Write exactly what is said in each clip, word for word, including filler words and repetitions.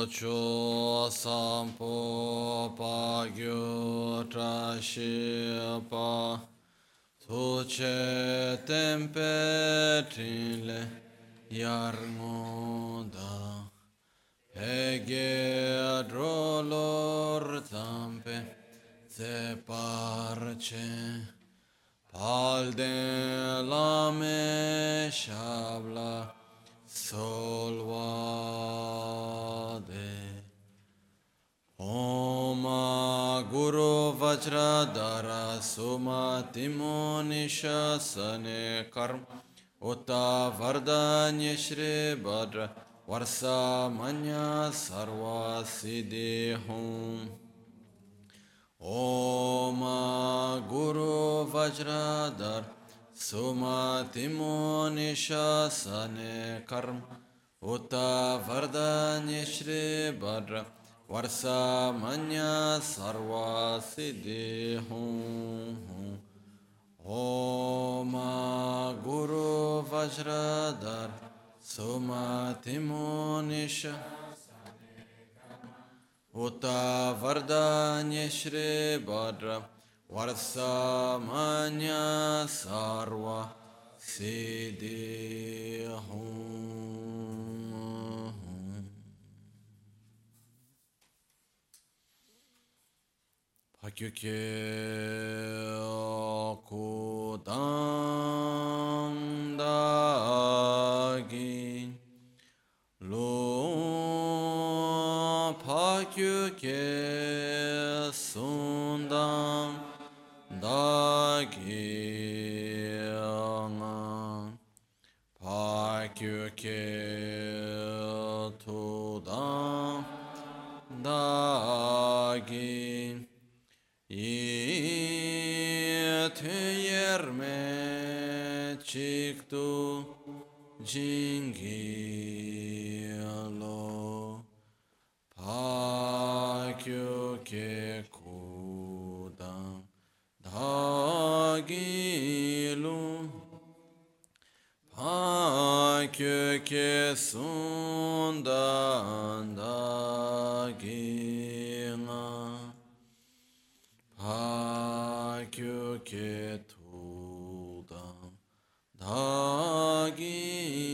Socho sampo pagyo trashipa Soche tempe trile yarmoda Ege drolor zampe zeparce Palde lame shabla solvade Om Guru Vajradhara Sumatimo Nishasane Karma Uta Vardanya Shri Bhadra Varsa Manya Sarva Siddhi Hum Om Guru Vajradhar Sumatimo Nishasane Karma Uta Vardanya Shri Bhadra Varsa Manya Sarva Siddhi Hum Om Guru Vajradhar Sumatimo Nishasane Uta Vardanya Shri Bhadra Varsa Manya Sarva Siddhi Hum. Pakyukye Kudam Dagi Lo Pakyukye Sundam Dagi Pakyukye Tudam Dagi Yeteyerme Chiktu Jingilo Pakyukye Kudam Dagilu Pakyukye Sundan Dagina Pakyukye Tudam Dagi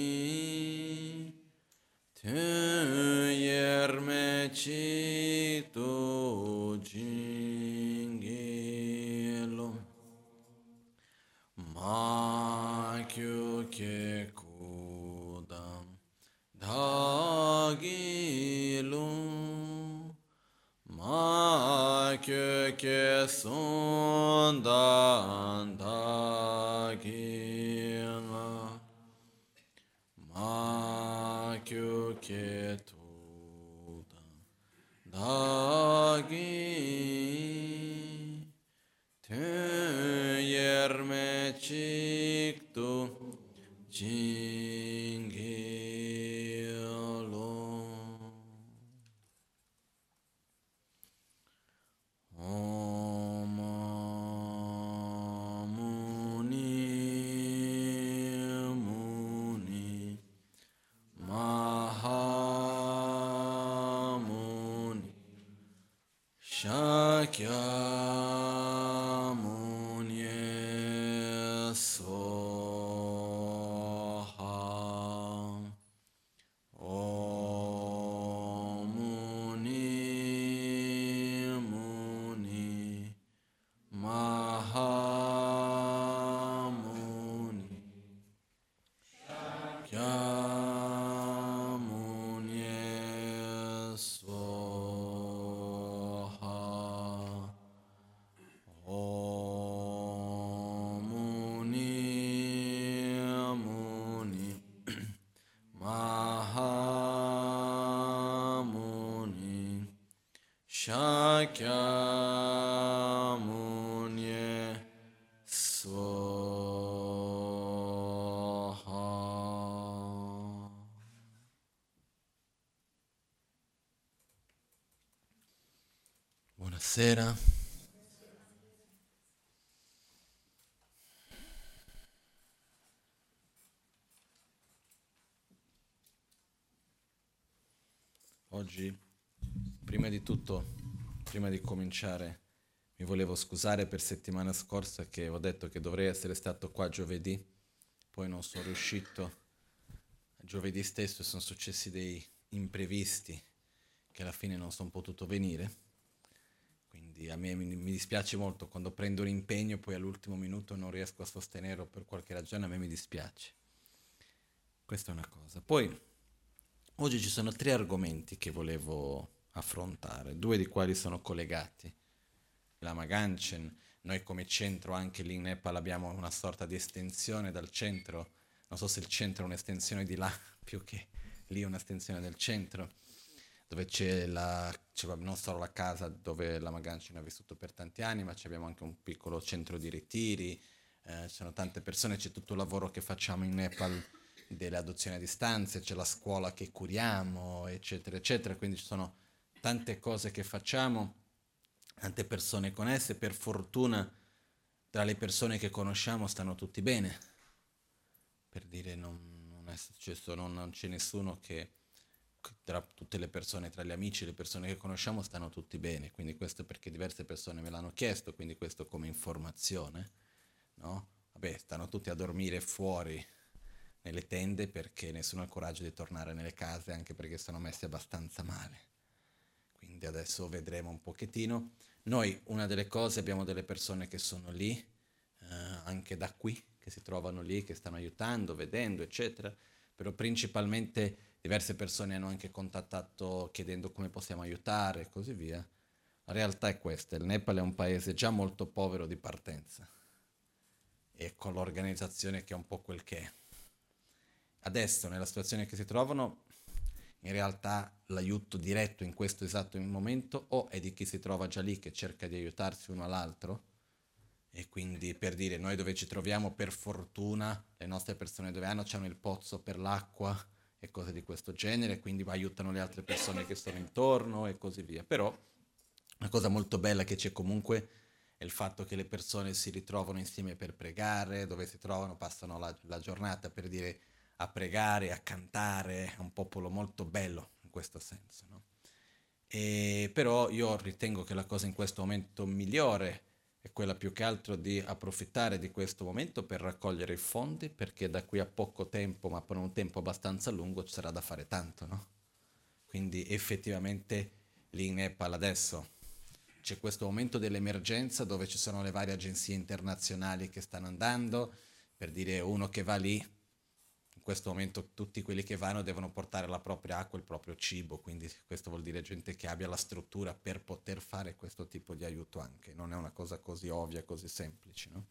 Tüyerme Çiktu Jingilo Makyukye Kudam Dagilu Makyukye Sundan Dagina Makyukye Tudam Dagi Tüyerme Çiktu Jingilo Om Muni Muni Mahamuni Shakyamuni Soha Om Muni Muni Mahamuni Shakyamuni Soha Om Muni Muni Mahamuni Shakyamuni Swaha. Buonasera. Oggi, prima di tutto, prima di cominciare, mi volevo scusare per settimana scorsa che ho detto che dovrei essere stato qua giovedì, poi non sono riuscito. Giovedì stesso sono successi dei imprevisti che alla fine non sono potuto venire, quindi a me mi, mi dispiace molto quando prendo un impegno e poi all'ultimo minuto non riesco a sostenerlo per qualche ragione, a me mi dispiace. Questa è una cosa. Poi, oggi ci sono tre argomenti che volevo affrontare, due di quali sono collegati. La Maganchen, noi come centro anche lì in Nepal abbiamo una sorta di estensione dal centro, non so se il centro è un'estensione di là più che lì un'estensione del centro, dove c'è, la, c'è non solo la casa dove la Maganchen ha vissuto per tanti anni, ma abbiamo anche un piccolo centro di ritiri, eh, ci sono tante persone, c'è tutto il lavoro che facciamo in Nepal delle adozioni a distanza, c'è la scuola che curiamo, eccetera, eccetera, quindi ci sono tante cose che facciamo, tante persone connesse, per fortuna tra le persone che conosciamo stanno tutti bene, per dire non, non è successo, non, non c'è nessuno che tra tutte le persone, tra gli amici e le persone che conosciamo stanno tutti bene, quindi questo perché diverse persone me l'hanno chiesto, quindi questo come informazione, no? Vabbè, stanno tutti a dormire fuori nelle tende perché nessuno ha il coraggio di tornare nelle case, anche perché sono messi abbastanza male. Quindi adesso vedremo un pochettino. Noi, una delle cose, abbiamo delle persone che sono lì, eh, anche da qui, che si trovano lì, che stanno aiutando, vedendo, eccetera, però principalmente diverse persone hanno anche contattato chiedendo come possiamo aiutare e così via. La realtà è questa, il Nepal è un paese già molto povero di partenza e con l'organizzazione che è un po' quel che è. Adesso, nella situazione che si trovano, in realtà l'aiuto diretto in questo esatto momento o è di chi si trova già lì che cerca di aiutarsi uno all'altro, e quindi per dire noi dove ci troviamo per fortuna le nostre persone dove hanno c'hanno il pozzo per l'acqua e cose di questo genere, quindi aiutano le altre persone che sono intorno e così via. Però una cosa molto bella che c'è comunque è il fatto che le persone si ritrovano insieme per pregare, dove si trovano, passano la, la giornata per dire a pregare, a cantare, è un popolo molto bello in questo senso, no? E però io ritengo che la cosa in questo momento migliore è quella più che altro di approfittare di questo momento per raccogliere i fondi, perché da qui a poco tempo, ma per un tempo abbastanza lungo, ci sarà da fare tanto, no? Quindi effettivamente lì in Nepal adesso c'è questo momento dell'emergenza dove ci sono le varie agenzie internazionali che stanno andando, per dire uno che va lì in questo momento tutti quelli che vanno devono portare la propria acqua, il proprio cibo, quindi questo vuol dire gente che abbia la struttura per poter fare questo tipo di aiuto anche, non è una cosa così ovvia, così semplice, no?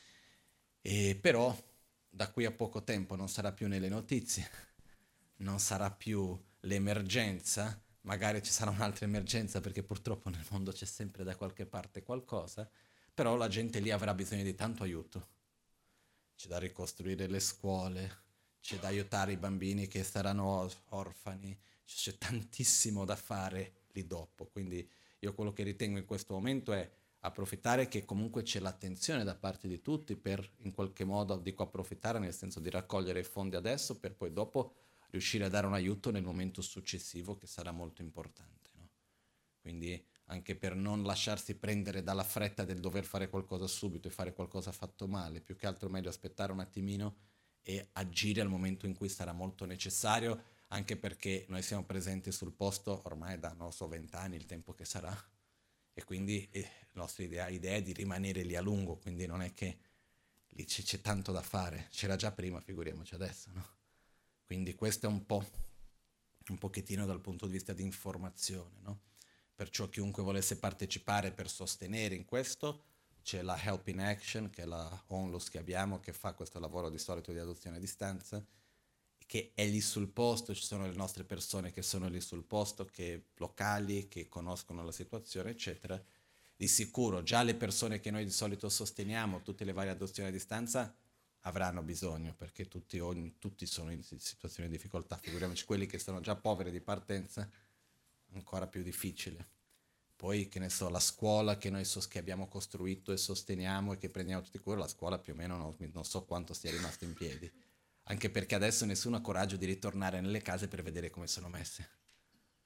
E però da qui a poco tempo non sarà più nelle notizie, non sarà più l'emergenza, magari ci sarà un'altra emergenza perché purtroppo nel mondo c'è sempre da qualche parte qualcosa, però la gente lì avrà bisogno di tanto aiuto. C'è da ricostruire le scuole, c'è da aiutare i bambini che saranno orfani, c'è tantissimo da fare lì dopo. Quindi io quello che ritengo in questo momento è approfittare che comunque c'è l'attenzione da parte di tutti per in qualche modo, dico approfittare nel senso di raccogliere i fondi adesso per poi dopo riuscire a dare un aiuto nel momento successivo che sarà molto importante, no? Quindi anche per non lasciarsi prendere dalla fretta del dover fare qualcosa subito e fare qualcosa fatto male, più che altro è meglio aspettare un attimino e agire al momento in cui sarà molto necessario, anche perché noi siamo presenti sul posto ormai da, non so, vent'anni, il tempo che sarà, e quindi eh, la nostra idea, idea è di rimanere lì a lungo, quindi non è che lì c'è, c'è tanto da fare, c'era già prima, figuriamoci adesso, no? Quindi questo è un po' un pochettino dal punto di vista di informazione, no? Perciò chiunque volesse partecipare per sostenere in questo, c'è la Help in Action, che è la onlus che abbiamo, che fa questo lavoro di solito di adozione a distanza, che è lì sul posto, ci sono le nostre persone che sono lì sul posto, che locali, che conoscono la situazione, eccetera. Di sicuro già le persone che noi di solito sosteniamo, tutte le varie adozioni a distanza, avranno bisogno, perché tutti, ogni, tutti sono in situazioni di difficoltà, figuriamoci quelli che sono già poveri di partenza, ancora più difficile. Poi, che ne so, la scuola che noi so, che abbiamo costruito e sosteniamo e che prendiamo tutti cura, la scuola più o meno non, non so quanto sia rimasto in piedi, anche perché adesso nessuno ha coraggio di ritornare nelle case per vedere come sono messe.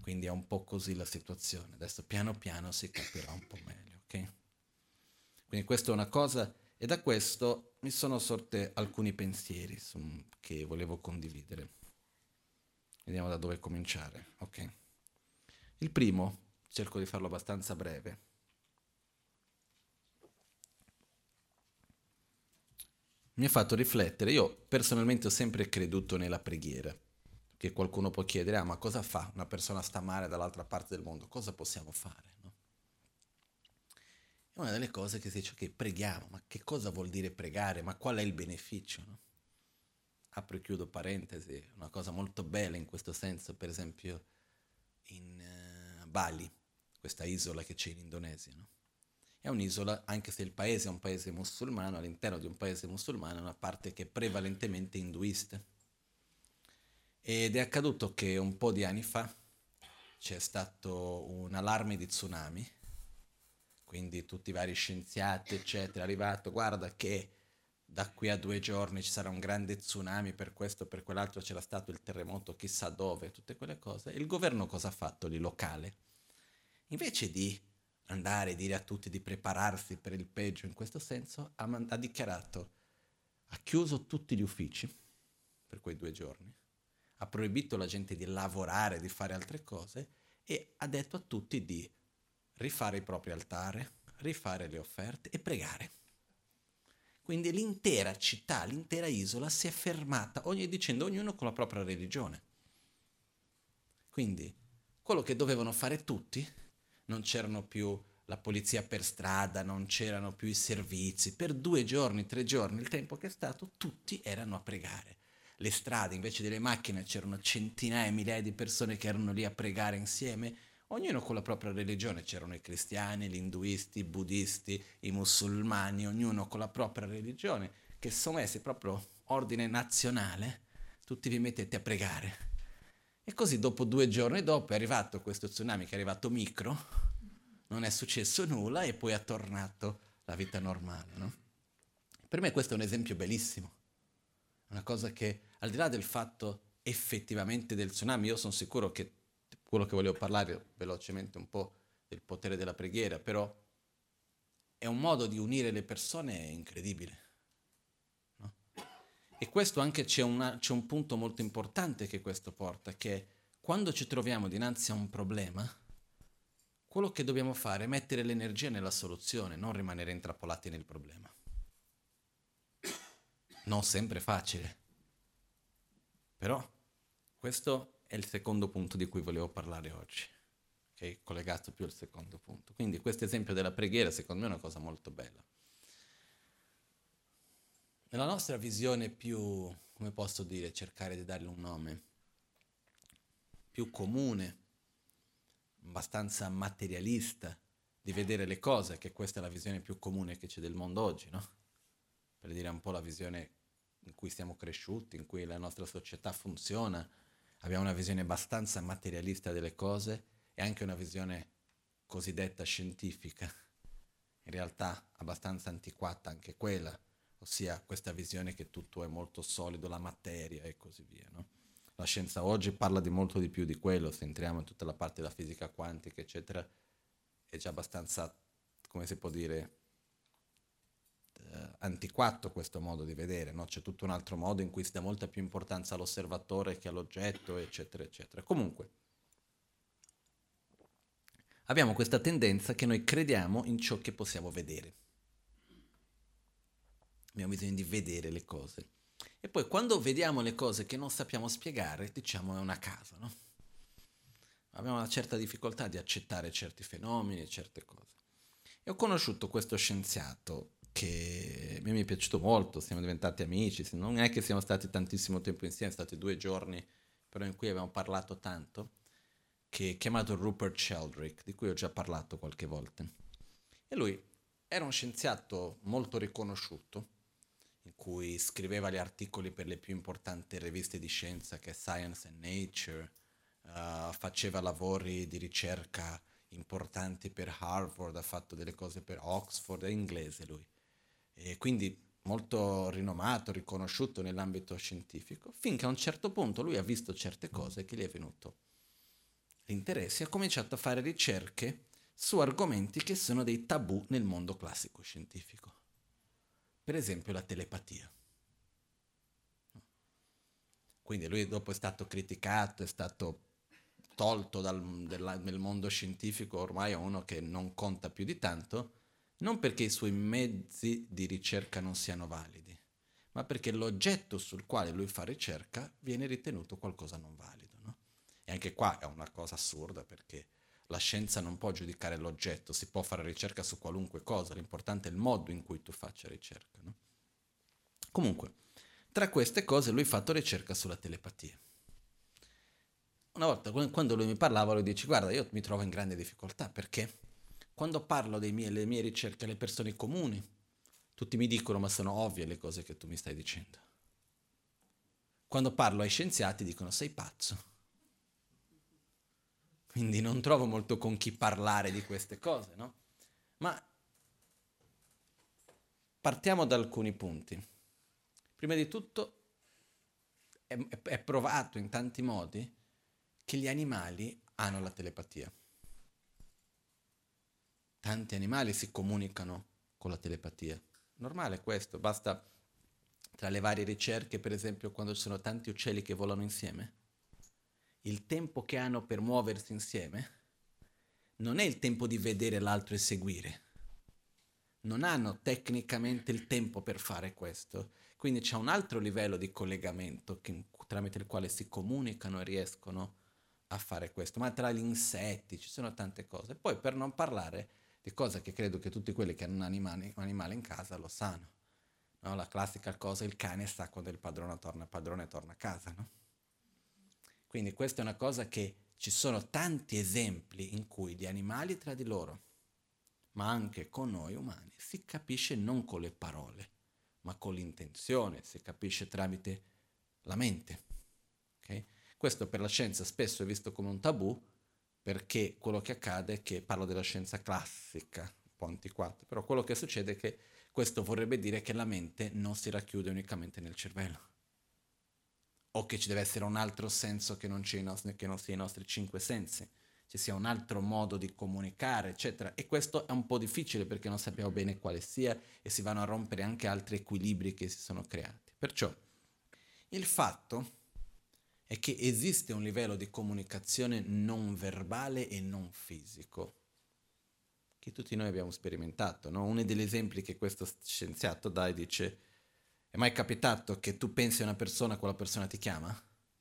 Quindi è un po' così la situazione. Adesso piano piano si capirà un po' meglio, ok? Quindi questa è una cosa, e da questo mi sono sorte alcuni pensieri su- che volevo condividere. Vediamo da dove cominciare, ok? Il primo, cerco di farlo abbastanza breve. Mi ha fatto riflettere. Io personalmente ho sempre creduto nella preghiera, che qualcuno può chiedere, ah, ma cosa fa una persona sta male dall'altra parte del mondo? Cosa possiamo fare? No? È una delle cose che si dice che preghiamo, ma che cosa vuol dire pregare? Ma qual è il beneficio? No? Apro e chiudo parentesi, una cosa molto bella in questo senso, per esempio in uh, Bali, questa isola che c'è in Indonesia, no? È un'isola, anche se il paese è un paese musulmano, all'interno di un paese musulmano è una parte che è prevalentemente induista. Ed è accaduto che un po' di anni fa c'è stato un allarme di tsunami, quindi tutti i vari scienziati, eccetera, è arrivato, guarda che da qui a due giorni ci sarà un grande tsunami, per questo, per quell'altro c'era stato il terremoto, chissà dove, tutte quelle cose. E il governo cosa ha fatto lì, locale? Invece di andare a dire a tutti di prepararsi per il peggio in questo senso, ha, man- ha dichiarato, ha chiuso tutti gli uffici per quei due giorni, ha proibito alla gente di lavorare, di fare altre cose e ha detto a tutti di rifare il proprio altare, rifare le offerte e pregare. Quindi l'intera città, l'intera isola si è fermata, ogni, dicendo ognuno con la propria religione. Quindi quello che dovevano fare tutti, non c'erano più la polizia per strada, non c'erano più i servizi, per due giorni, tre giorni, il tempo che è stato, tutti erano a pregare. Le strade, invece delle macchine, c'erano centinaia, migliaia di persone che erano lì a pregare insieme, ognuno con la propria religione, c'erano i cristiani, gli induisti, i buddisti, i musulmani, ognuno con la propria religione, che sono messi proprio ordine nazionale, tutti vi mettete a pregare. E così dopo due giorni dopo è arrivato questo tsunami che è arrivato micro, non è successo nulla e poi è tornato la vita normale, no? Per me questo è un esempio bellissimo, una cosa che al di là del fatto effettivamente del tsunami, io sono sicuro che quello che volevo parlare velocemente un po' del potere della preghiera, però è un modo di unire le persone incredibile. No? E questo anche c'è, una, c'è un punto molto importante che questo porta, che quando ci troviamo dinanzi a un problema, quello che dobbiamo fare è mettere l'energia nella soluzione, non rimanere intrappolati nel problema. Non sempre facile, però questo è il secondo punto di cui volevo parlare oggi, che è collegato più al secondo punto. Quindi questo esempio della preghiera secondo me è una cosa molto bella. Nella nostra visione più, come posso dire, cercare di darle un nome, più comune, abbastanza materialista, di vedere le cose, che questa è la visione più comune che c'è del mondo oggi, no? Per dire un po' la visione in cui siamo cresciuti, in cui la nostra società funziona, abbiamo una visione abbastanza materialista delle cose e anche una visione cosiddetta scientifica, in realtà abbastanza antiquata anche quella, ossia questa visione che tutto è molto solido, la materia e così via, no? La scienza oggi parla di molto di più di quello, se entriamo in tutta la parte della fisica quantica, eccetera, è già abbastanza, come si può dire, eh, antiquato questo modo di vedere, no? C'è tutto un altro modo in cui si dà molta più importanza all'osservatore che all'oggetto, eccetera, eccetera. Comunque, abbiamo questa tendenza che noi crediamo in ciò che possiamo vedere. Abbiamo bisogno di vedere le cose. E poi quando vediamo le cose che non sappiamo spiegare, diciamo è una caso, no? Abbiamo una certa difficoltà di accettare certi fenomeni e certe cose. E ho conosciuto questo scienziato che a me mi è piaciuto molto, siamo diventati amici, non è che siamo stati tantissimo tempo insieme, sono stati due giorni, però in cui abbiamo parlato tanto, che è chiamato Rupert Sheldrake, di cui ho già parlato qualche volta. E lui era un scienziato molto riconosciuto, in cui scriveva gli articoli per le più importanti riviste di scienza che è Science and Nature, uh, faceva lavori di ricerca importanti per Harvard, ha fatto delle cose per Oxford, è inglese lui, e quindi molto rinomato, riconosciuto nell'ambito scientifico, finché a un certo punto lui ha visto certe cose che gli è venuto interessi, ha cominciato a fare ricerche su argomenti che sono dei tabù nel mondo classico scientifico. Per esempio la telepatia. Quindi lui dopo è stato criticato, è stato tolto dal, della, nel mondo scientifico, ormai è uno che non conta più di tanto, non perché i suoi mezzi di ricerca non siano validi, ma perché l'oggetto sul quale lui fa ricerca viene ritenuto qualcosa non valido. No? E anche qua è una cosa assurda, perché la scienza non può giudicare l'oggetto, si può fare ricerca su qualunque cosa, l'importante è il modo in cui tu faccia ricerca. No? Comunque, tra queste cose lui ha fatto ricerca sulla telepatia. Una volta, quando lui mi parlava, lui dice: guarda, io mi trovo in grande difficoltà, perché quando parlo delle mie ricerche alle persone comuni, tutti mi dicono: ma sono ovvie le cose che tu mi stai dicendo. Quando parlo ai scienziati dicono: sei pazzo. Quindi non trovo molto con chi parlare di queste cose, no? Ma partiamo da alcuni punti. Prima di tutto è, è provato in tanti modi che gli animali hanno la telepatia. Tanti animali si comunicano con la telepatia. Normale questo, basta tra le varie ricerche, per esempio, quando ci sono tanti uccelli che volano insieme, il tempo che hanno per muoversi insieme non è il tempo di vedere l'altro e seguire. Non hanno tecnicamente il tempo per fare questo. Quindi c'è un altro livello di collegamento che, tramite il quale si comunicano e riescono a fare questo. Ma tra gli insetti ci sono tante cose. Poi, per non parlare di cose che credo che tutti quelli che hanno un animale, un animale in casa lo sanno. No? La classica cosa, il cane sa quando il padrone torna, il padrone torna a casa, no? Quindi questa è una cosa che ci sono tanti esempi in cui gli animali tra di loro, ma anche con noi umani, si capisce non con le parole, ma con l'intenzione, si capisce tramite la mente. Okay? Questo per la scienza spesso è visto come un tabù, perché quello che accade è che, parlo della scienza classica, un po' antiquata, però quello che succede è che questo vorrebbe dire che la mente non si racchiude unicamente nel cervello, o che ci deve essere un altro senso che non, ci, che non sia i nostri cinque sensi, ci sia un altro modo di comunicare, eccetera. E questo è un po' difficile perché non sappiamo bene quale sia e si vanno a rompere anche altri equilibri che si sono creati. Perciò il fatto è che esiste un livello di comunicazione non verbale e non fisico che tutti noi abbiamo sperimentato, no? Uno degli esempi che questo scienziato dà e dice: è mai capitato che tu pensi a una persona e quella persona ti chiama?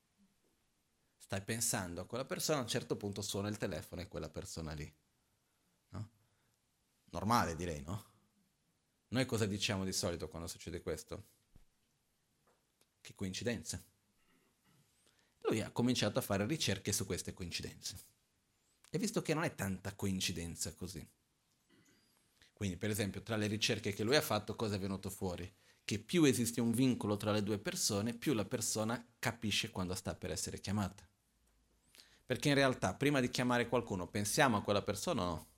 Stai pensando a quella persona, a un certo punto suona il telefono e quella persona lì. No? Normale, direi, no? Noi cosa diciamo di solito quando succede questo? Che coincidenze. Lui ha cominciato a fare ricerche su queste coincidenze. E visto che non è tanta coincidenza così. Quindi, per esempio, tra le ricerche che lui ha fatto, cosa è venuto fuori? Che più esiste un vincolo tra le due persone, più la persona capisce quando sta per essere chiamata. Perché in realtà, prima di chiamare qualcuno, pensiamo a quella persona o no?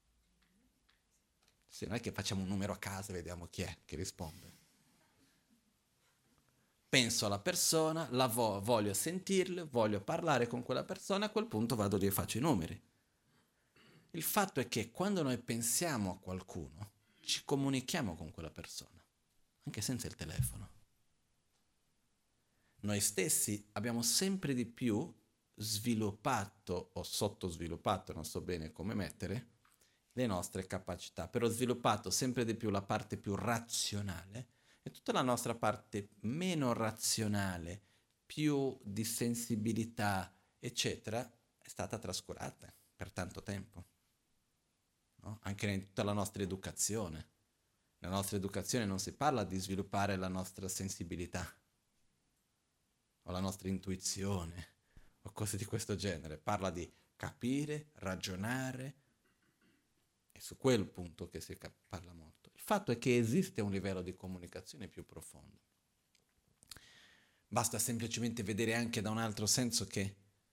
Sì, non è che facciamo un numero a caso e vediamo chi è che risponde. Penso alla persona, la vo- voglio sentirlo, voglio parlare con quella persona, a quel punto vado lì e faccio i numeri. Il fatto è che quando noi pensiamo a qualcuno, ci comunichiamo con quella persona, anche senza il telefono. Noi stessi abbiamo sempre di più sviluppato o sottosviluppato, non so bene come mettere, le nostre capacità, però sviluppato sempre di più la parte più razionale e tutta la nostra parte meno razionale, più di sensibilità, eccetera, è stata trascurata per tanto tempo. No? Anche in tutta la nostra educazione. Nella nostra educazione non si parla di sviluppare la nostra sensibilità o la nostra intuizione o cose di questo genere. Parla di capire, ragionare. È su quel punto che si parla molto. Il fatto è che esiste un livello di comunicazione più profondo. Basta semplicemente vedere anche da un altro senso che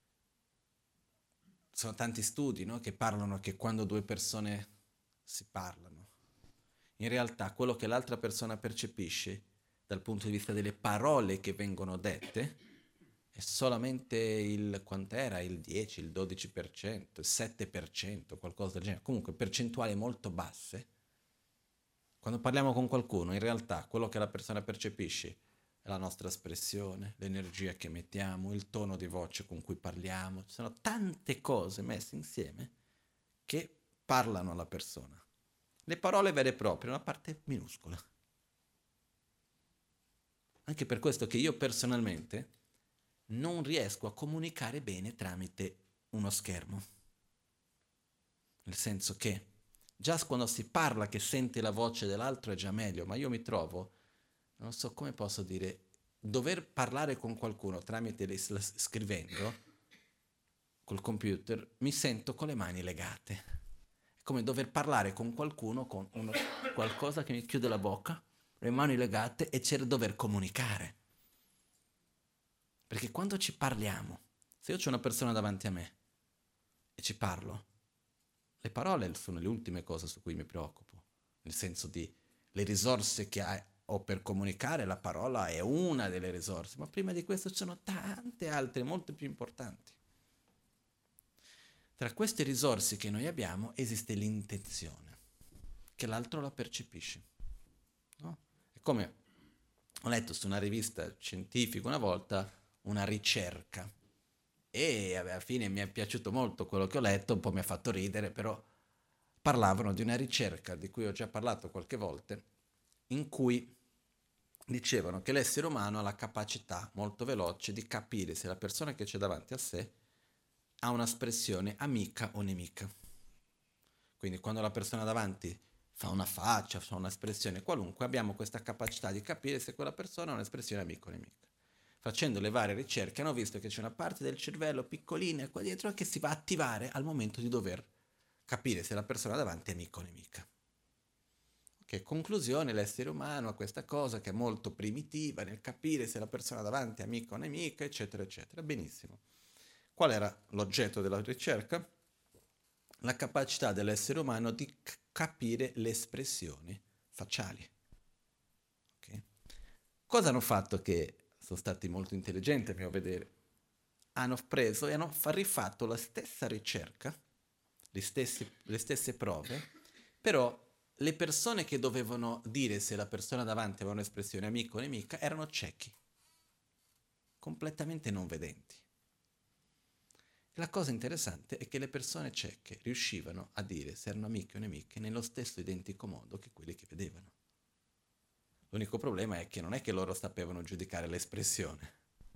sono tanti studi, no, che parlano che quando due persone si parlano, in realtà quello che l'altra persona percepisce dal punto di vista delle parole che vengono dette è solamente il, quant'era? Il dieci, il dodici per cento, il sette per cento, qualcosa del genere. Comunque percentuali molto basse. Quando parliamo con qualcuno, in realtà quello che la persona percepisce è la nostra espressione, l'energia che mettiamo, il tono di voce con cui parliamo. Ci sono tante cose messe insieme che parlano alla persona. Le parole vere e proprie, una parte minuscola. Anche per questo che io personalmente non riesco a comunicare bene tramite uno schermo. Nel senso che già quando si parla che senti la voce dell'altro è già meglio, ma io mi trovo, non so come posso dire, dover parlare con qualcuno tramite le, scrivendo col computer, mi sento con le mani legate. È come dover parlare con qualcuno con uno, qualcosa che mi chiude la bocca, le mani legate e c'è dover comunicare. Perché quando ci parliamo, se io c'ho una persona davanti a me e ci parlo, le parole sono le ultime cose su cui mi preoccupo, nel senso di le risorse che ho per comunicare, la parola è una delle risorse, ma prima di questo ci sono tante altre, molto più importanti. Tra queste risorse che noi abbiamo esiste l'intenzione, che l'altro la percepisce. No? È come ho letto su una rivista scientifica una volta una ricerca e alla fine mi è piaciuto molto quello che ho letto, un po' mi ha fatto ridere, però parlavano di una ricerca di cui ho già parlato qualche volta, in cui dicevano che l'essere umano ha la capacità molto veloce di capire se la persona che c'è davanti a sé ha un'espressione amica o nemica. Quindi quando la persona davanti fa una faccia, fa un'espressione qualunque, abbiamo questa capacità di capire se quella persona ha un'espressione amica o nemica. Facendo le varie ricerche hanno visto che c'è una parte del cervello piccolina qua dietro che si va a attivare al momento di dover capire se la persona davanti è amica o nemica. Che conclusione, l'essere umano ha questa cosa che è molto primitiva nel capire se la persona davanti è amica o nemica, eccetera, eccetera. Benissimo. Qual era l'oggetto della ricerca? La capacità dell'essere umano di c- capire le espressioni facciali. Okay? Cosa hanno fatto che sono stati molto intelligenti a mio vedere? Hanno preso e hanno rifatto la stessa ricerca, le stesse, le stesse prove, però le persone che dovevano dire se la persona davanti aveva un'espressione amico o nemica erano ciechi, completamente non vedenti. La cosa interessante è che le persone cieche riuscivano a dire se erano amiche o nemiche nello stesso identico modo che quelli che vedevano. L'unico problema è che non è che loro sapevano giudicare l'espressione.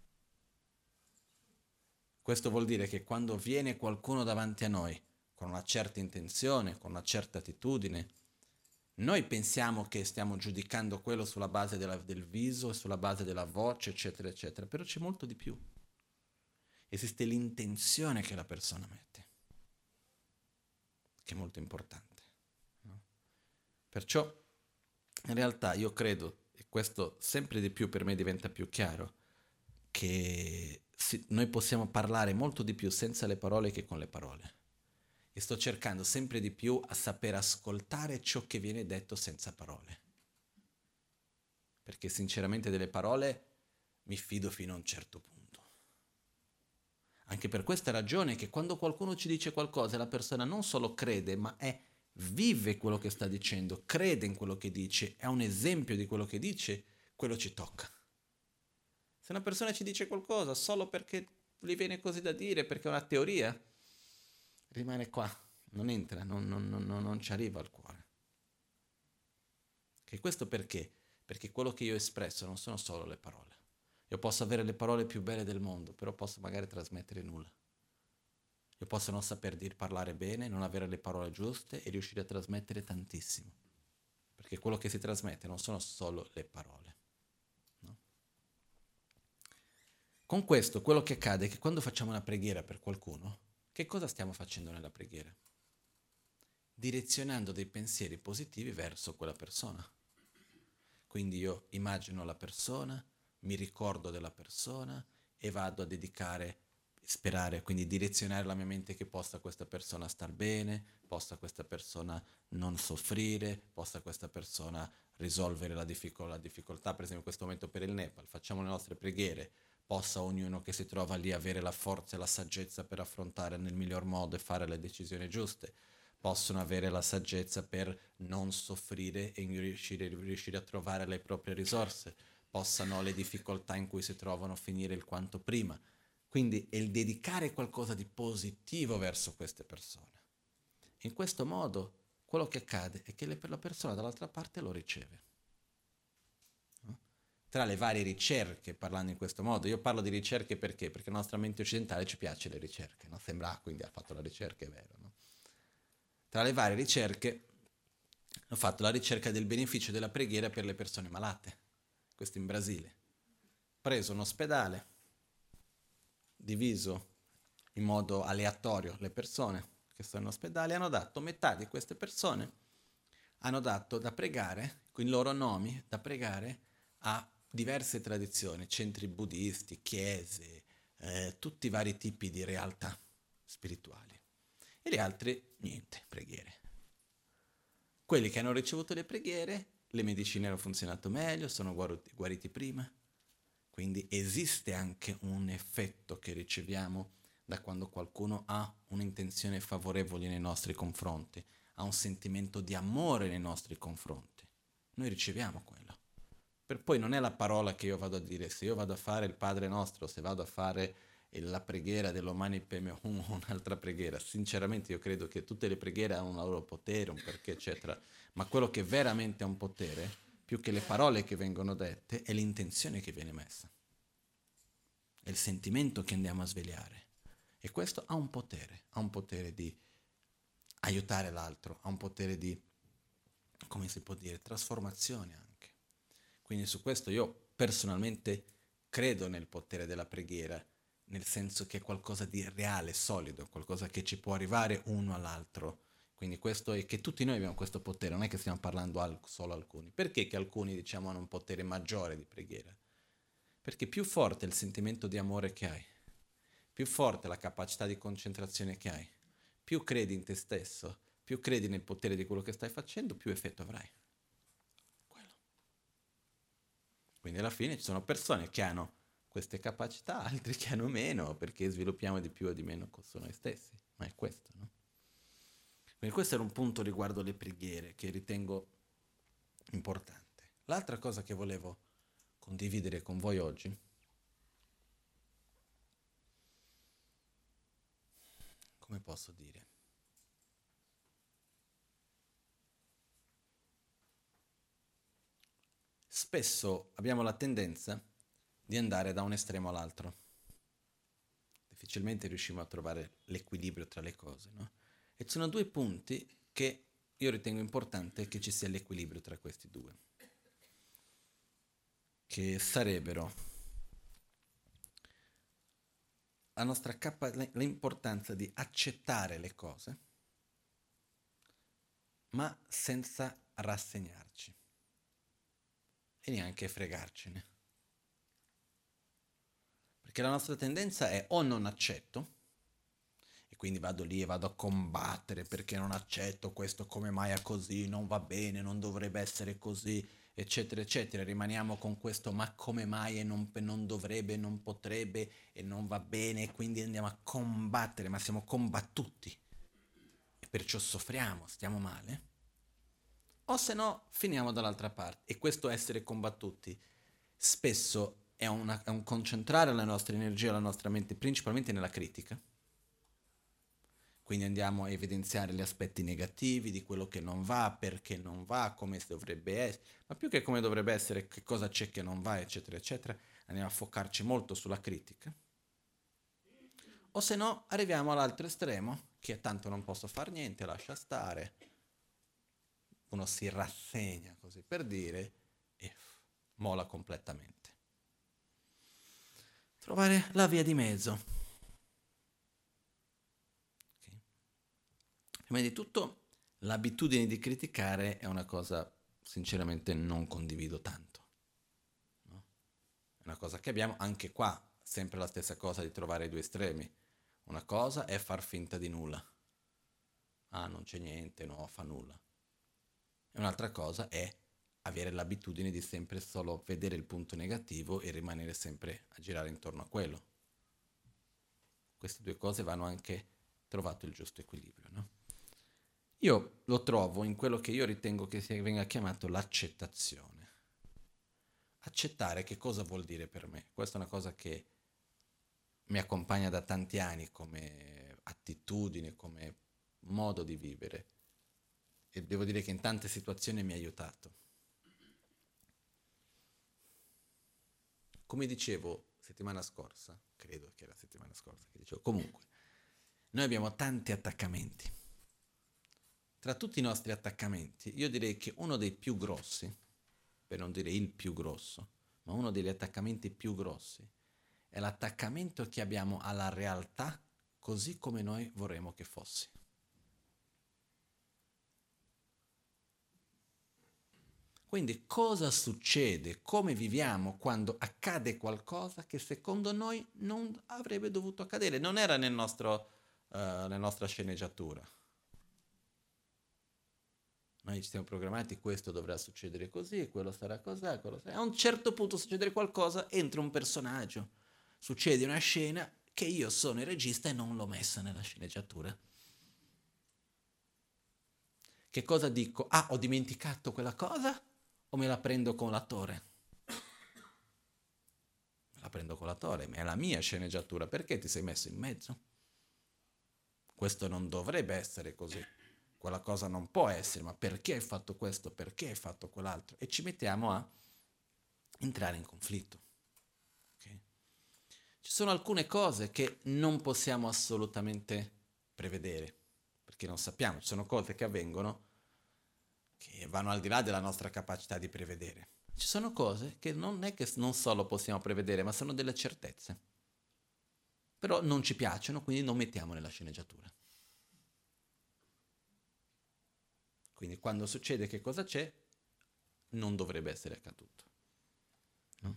Questo vuol dire che quando viene qualcuno davanti a noi con una certa intenzione, con una certa attitudine, noi pensiamo che stiamo giudicando quello sulla base della, del viso, sulla base della voce, eccetera, eccetera, però c'è molto di più. Esiste l'intenzione che la persona mette, che è molto importante. No? Perciò, in realtà, io credo, e questo sempre di più per me diventa più chiaro, che si, noi possiamo parlare molto di più senza le parole che con le parole. E sto cercando sempre di più a saper ascoltare ciò che viene detto senza parole. Perché sinceramente delle parole mi fido fino a un certo punto. Anche per questa ragione che quando qualcuno ci dice qualcosa la persona non solo crede, ma è, vive quello che sta dicendo, crede in quello che dice, è un esempio di quello che dice, quello ci tocca. Se una persona ci dice qualcosa solo perché gli viene così da dire, perché è una teoria, rimane qua, non entra, non, non, non, non ci arriva al cuore. Che questo perché? Perché quello che io ho espresso non sono solo le parole. Io posso avere le parole più belle del mondo, però posso magari trasmettere nulla. Io posso non saper dir parlare bene, non avere le parole giuste e riuscire a trasmettere tantissimo. Perché quello che si trasmette non sono solo le parole. No? Con questo, quello che accade è che quando facciamo una preghiera per qualcuno, che cosa stiamo facendo nella preghiera? Direzionando dei pensieri positivi verso quella persona. Quindi io immagino la persona, mi ricordo della persona e vado a dedicare, sperare, quindi direzionare la mia mente che possa questa persona star bene, possa questa persona non soffrire, possa questa persona risolvere la, difficol- la difficoltà, per esempio in questo momento per il Nepal. Facciamo le nostre preghiere possa ognuno che si trova lì avere la forza e la saggezza per affrontare nel miglior modo e fare le decisioni giuste, possono avere la saggezza per non soffrire e riuscire, riuscire a trovare le proprie risorse, possano le difficoltà in cui si trovano finire il quanto prima. Quindi è il dedicare qualcosa di positivo verso queste persone. In questo modo quello che accade è che le, la persona dall'altra parte lo riceve. No? Tra le varie ricerche, parlando in questo modo, io parlo di ricerche perché? Perché la nostra mente occidentale ci piace le ricerche, no? Sembra, ah, quindi ha fatto la ricerca, è vero. No? Tra le varie ricerche ho fatto la ricerca del beneficio della preghiera per le persone malate, questo in Brasile. Preso un ospedale, diviso in modo aleatorio le persone che sono in ospedale, hanno dato metà di queste persone, hanno dato da pregare, con i loro nomi, da pregare a diverse tradizioni, centri buddisti, chiese, eh, tutti i vari tipi di realtà spirituali. E gli altri, niente, preghiere. Quelli che hanno ricevuto le preghiere, le medicine hanno funzionato meglio, sono guariti, guariti prima. Quindi esiste anche un effetto che riceviamo da quando qualcuno ha un'intenzione favorevole nei nostri confronti, ha un sentimento di amore nei nostri confronti. Noi riceviamo quello. Per poi non è la parola che io vado a dire, se io vado a fare il Padre Nostro, se vado a fare la preghiera dell'Omani Padme Hum o un'altra preghiera, sinceramente io credo che tutte le preghiere hanno un loro potere, un perché eccetera, ma quello che veramente ha un potere, più che le parole che vengono dette, è l'intenzione che viene messa, è il sentimento che andiamo a svegliare. E questo ha un potere, ha un potere di aiutare l'altro, ha un potere di, come si può dire, trasformazione anche. Quindi su questo io personalmente credo nel potere della preghiera, nel senso che è qualcosa di reale, solido, qualcosa che ci può arrivare uno all'altro. Quindi questo è che tutti noi abbiamo questo potere, non è che stiamo parlando al, solo alcuni. Perché che alcuni, diciamo, hanno un potere maggiore di preghiera? Perché più forte è il sentimento di amore che hai, più forte è la capacità di concentrazione che hai, più credi in te stesso, più credi nel potere di quello che stai facendo, più effetto avrai. Quello. Quindi alla fine ci sono persone che hanno queste capacità, altri che hanno meno, perché sviluppiamo di più o di meno su noi stessi. Ma è questo, no? Quindi questo era un punto riguardo le preghiere che ritengo importante. L'altra cosa che volevo condividere con voi oggi come posso dire? Spesso abbiamo la tendenza di andare da un estremo all'altro. Difficilmente riusciamo a trovare l'equilibrio tra le cose, no? E ci sono due punti che io ritengo importante che ci sia l'equilibrio tra questi due, che sarebbero la nostra capa- l'importanza di accettare le cose, ma senza rassegnarci e neanche fregarcene. Perché la nostra tendenza è o non accetto, e quindi vado lì e vado a combattere perché non accetto questo, come mai è così, non va bene, non dovrebbe essere così, eccetera, eccetera. Rimaniamo con questo ma come mai e non, non dovrebbe, non potrebbe e non va bene, e quindi andiamo a combattere, ma siamo combattuti e perciò soffriamo, stiamo male. O se no finiamo dall'altra parte. E questo essere combattuti spesso è, una, è un concentrare la nostra energia, la nostra mente principalmente nella critica. Quindi andiamo a evidenziare gli aspetti negativi di quello che non va, perché non va, come dovrebbe essere, ma più che come dovrebbe essere, che cosa c'è che non va, eccetera, eccetera, andiamo a focarci molto sulla critica. O se no arriviamo all'altro estremo, che tanto non posso fare niente, lascia stare, uno si rassegna così per dire e mola completamente. Trovare la via di mezzo. Prima di tutto, l'abitudine di criticare è una cosa, sinceramente, non condivido tanto. No? È una cosa che abbiamo anche qua, sempre la stessa cosa di trovare i due estremi. Una cosa è far finta di nulla. Ah, non c'è niente, no, fa nulla. E un'altra cosa è avere l'abitudine di sempre solo vedere il punto negativo e rimanere sempre a girare intorno a quello. Queste due cose vanno anche trovato il giusto equilibrio, no? Io lo trovo in quello che io ritengo che sia, venga chiamato l'accettazione. Accettare che cosa vuol dire per me? Questa è una cosa che mi accompagna da tanti anni come attitudine, come modo di vivere, e devo dire che in tante situazioni mi ha aiutato. Come dicevo settimana scorsa, credo che era settimana scorsa che dicevo, comunque, noi abbiamo tanti attaccamenti. Tra tutti i nostri attaccamenti, io direi che uno dei più grossi, per non dire il più grosso, ma uno degli attaccamenti più grossi, è l'attaccamento che abbiamo alla realtà così come noi vorremmo che fosse. Quindi cosa succede, come viviamo quando accade qualcosa che secondo noi non avrebbe dovuto accadere, non era nel nostro, uh, nella nostra sceneggiatura. Noi ci siamo programmati, questo dovrà succedere così, quello sarà così, quello sarà... A un certo punto succede qualcosa, entra un personaggio, succede una scena che io sono il regista e non l'ho messa nella sceneggiatura. Che cosa dico? Ah, ho dimenticato quella cosa? O me la prendo con l'attore? Me la prendo con l'attore, ma è la mia sceneggiatura, perché ti sei messo in mezzo? Questo non dovrebbe essere così, quella cosa non può essere, ma perché hai fatto questo, perché hai fatto quell'altro? E ci mettiamo a entrare in conflitto. Okay? Ci sono alcune cose che non possiamo assolutamente prevedere, perché non sappiamo, ci sono cose che avvengono che vanno al di là della nostra capacità di prevedere. Ci sono cose che non è che non solo possiamo prevedere, ma sono delle certezze. Però non ci piacciono, quindi non mettiamo nella sceneggiatura. Quindi quando succede che cosa c'è, non dovrebbe essere accaduto. No?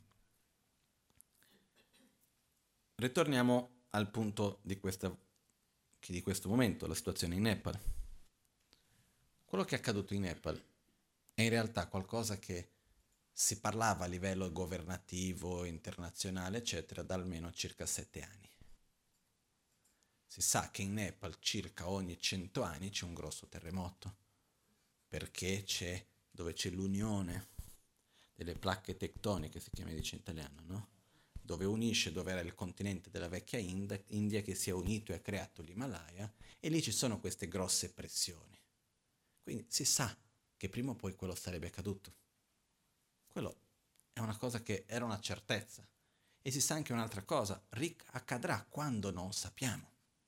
Ritorniamo al punto di, questa, di questo momento, la situazione in Nepal. Quello che è accaduto in Nepal è in realtà qualcosa che si parlava a livello governativo, internazionale, eccetera, da almeno circa sette anni. Si sa che in Nepal circa ogni cento anni c'è un grosso terremoto, perché c'è, dove c'è l'unione delle placche tettoniche, si chiama dice in italiano, no? Dove unisce, dove era il continente della vecchia India, India che si è unito e ha creato l'Himalaya, e lì ci sono queste grosse pressioni. Quindi si sa che prima o poi quello sarebbe accaduto. Quello è una cosa che era una certezza. E si sa anche un'altra cosa, Rick accadrà quando non sappiamo.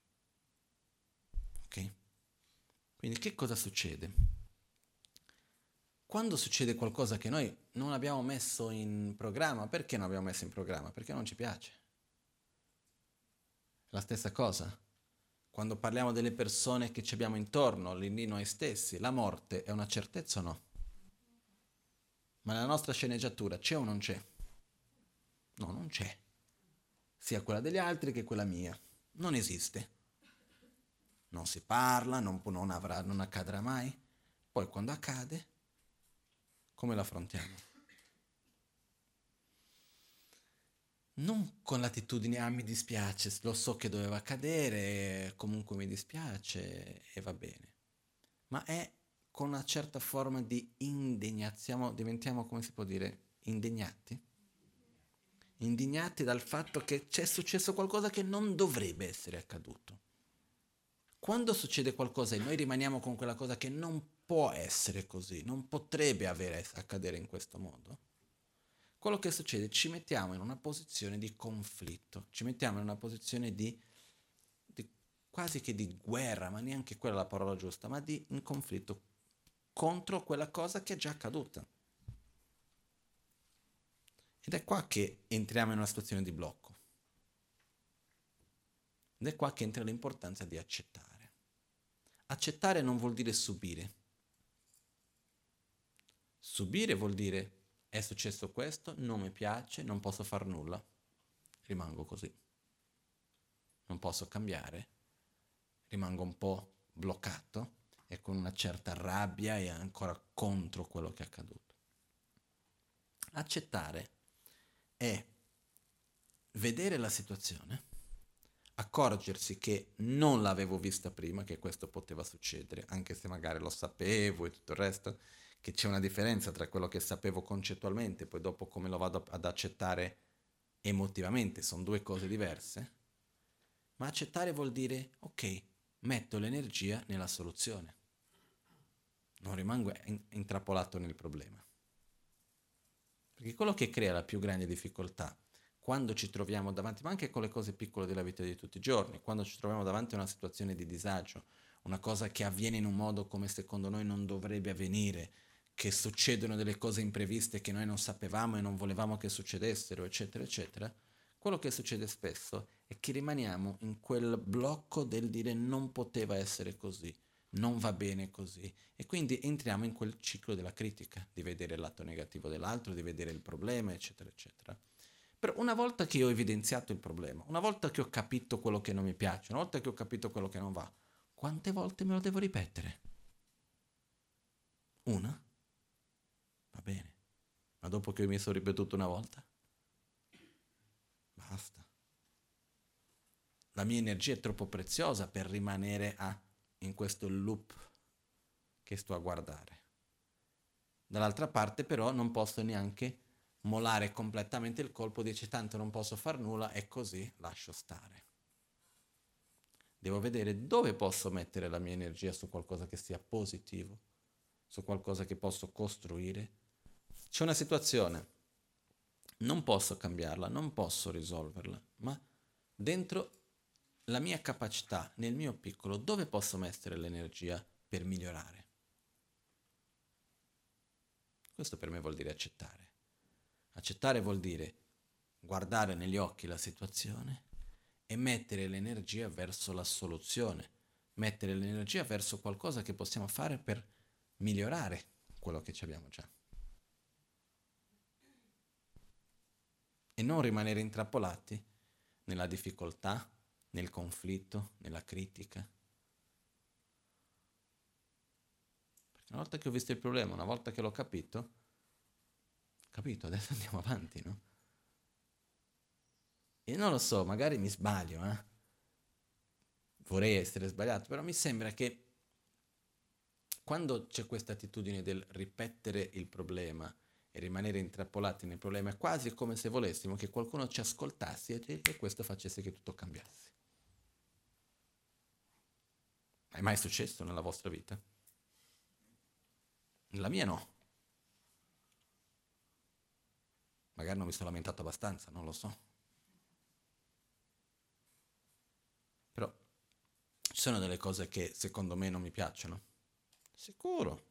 Ok? Quindi che cosa succede? Quando succede qualcosa che noi non abbiamo messo in programma, perché non abbiamo messo in programma? Perché non ci piace. La stessa cosa. Quando parliamo delle persone che ci abbiamo intorno, lì noi stessi, la morte è una certezza o no? Ma nella nostra sceneggiatura c'è o non c'è? No, non c'è. Sia quella degli altri che quella mia. Non esiste. Non si parla, non, non, avrà, non accadrà mai. Poi quando accade, come l'affrontiamo? Non con l'attitudine, ah mi dispiace, lo so che doveva accadere, comunque mi dispiace e va bene. Ma è con una certa forma di indignazione, diventiamo, come si può dire, indegnati? Indignati dal fatto che c'è successo qualcosa che non dovrebbe essere accaduto. Quando succede qualcosa e noi rimaniamo con quella cosa che non può essere così, non potrebbe avere, accadere in questo modo, quello che succede, ci mettiamo in una posizione di conflitto, ci mettiamo in una posizione di, di quasi che di guerra, ma neanche quella è la parola giusta, ma di un conflitto contro quella cosa che è già accaduta. Ed è qua che entriamo in una situazione di blocco. Ed è qua che entra l'importanza di accettare. Accettare non vuol dire subire. Subire vuol dire è successo questo, non mi piace, non posso far nulla, rimango così. Non posso cambiare, rimango un po' bloccato e con una certa rabbia e ancora contro quello che è accaduto. Accettare è vedere la situazione, accorgersi che non l'avevo vista prima, che questo poteva succedere, anche se magari lo sapevo e tutto il resto, che c'è una differenza tra quello che sapevo concettualmente e poi dopo come lo vado ad accettare emotivamente, sono due cose diverse, ma accettare vuol dire, ok, metto l'energia nella soluzione, non rimango intrappolato nel problema. Perché quello che crea la più grande difficoltà quando ci troviamo davanti, ma anche con le cose piccole della vita di tutti i giorni, quando ci troviamo davanti a una situazione di disagio, una cosa che avviene in un modo come secondo noi non dovrebbe avvenire, che succedono delle cose impreviste che noi non sapevamo e non volevamo che succedessero, eccetera, eccetera, quello che succede spesso è che rimaniamo in quel blocco del dire non poteva essere così, non va bene così, e quindi entriamo in quel ciclo della critica, di vedere il lato negativo dell'altro, di vedere il problema, eccetera, eccetera. Però una volta che ho evidenziato il problema, una volta che ho capito quello che non mi piace, una volta che ho capito quello che non va, quante volte me lo devo ripetere? Una? Va bene. Ma dopo che mi sono ripetuto una volta? Basta. La mia energia è troppo preziosa per rimanere a, in questo loop che sto a guardare. Dall'altra parte però non posso neanche molare completamente il colpo, dice tanto non posso far nulla e così lascio stare. Devo vedere dove posso mettere la mia energia su qualcosa che sia positivo, su qualcosa che posso costruire. C'è una situazione, non posso cambiarla, non posso risolverla, ma dentro la mia capacità, nel mio piccolo, dove posso mettere l'energia per migliorare? Questo per me vuol dire accettare. Accettare vuol dire guardare negli occhi la situazione e mettere l'energia verso la soluzione, mettere l'energia verso qualcosa che possiamo fare per migliorare quello che abbiamo già. E non rimanere intrappolati nella difficoltà, nel conflitto, nella critica. Perché una volta che ho visto il problema, una volta che l'ho capito, capito, adesso andiamo avanti, no? E non lo so, magari mi sbaglio, eh? Vorrei essere sbagliato, però mi sembra che quando c'è questa attitudine del ripetere il problema e rimanere intrappolati nel problema, è quasi come se volessimo che qualcuno ci ascoltasse e, e questo facesse che tutto cambiasse. È mai successo nella vostra vita? Nella mia no. Magari non mi sono lamentato abbastanza, non lo so. Però ci sono delle cose che secondo me non mi piacciono. Sicuro.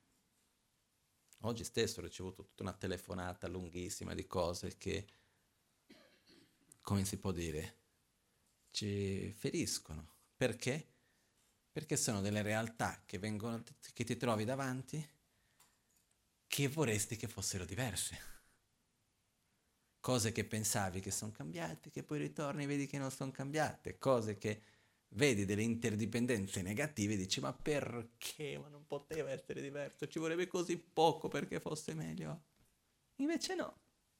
Oggi stesso ho ricevuto tutta una telefonata lunghissima di cose che, come si può dire, ci feriscono. Perché? Perché sono delle realtà che vengono, che ti trovi davanti che vorresti che fossero diverse. Cose che pensavi che sono cambiate, che poi ritorni e vedi che non sono cambiate. Cose che vedi delle interdipendenze negative e dici ma perché? Ma non poteva essere diverso, ci vorrebbe così poco perché fosse meglio. Invece no.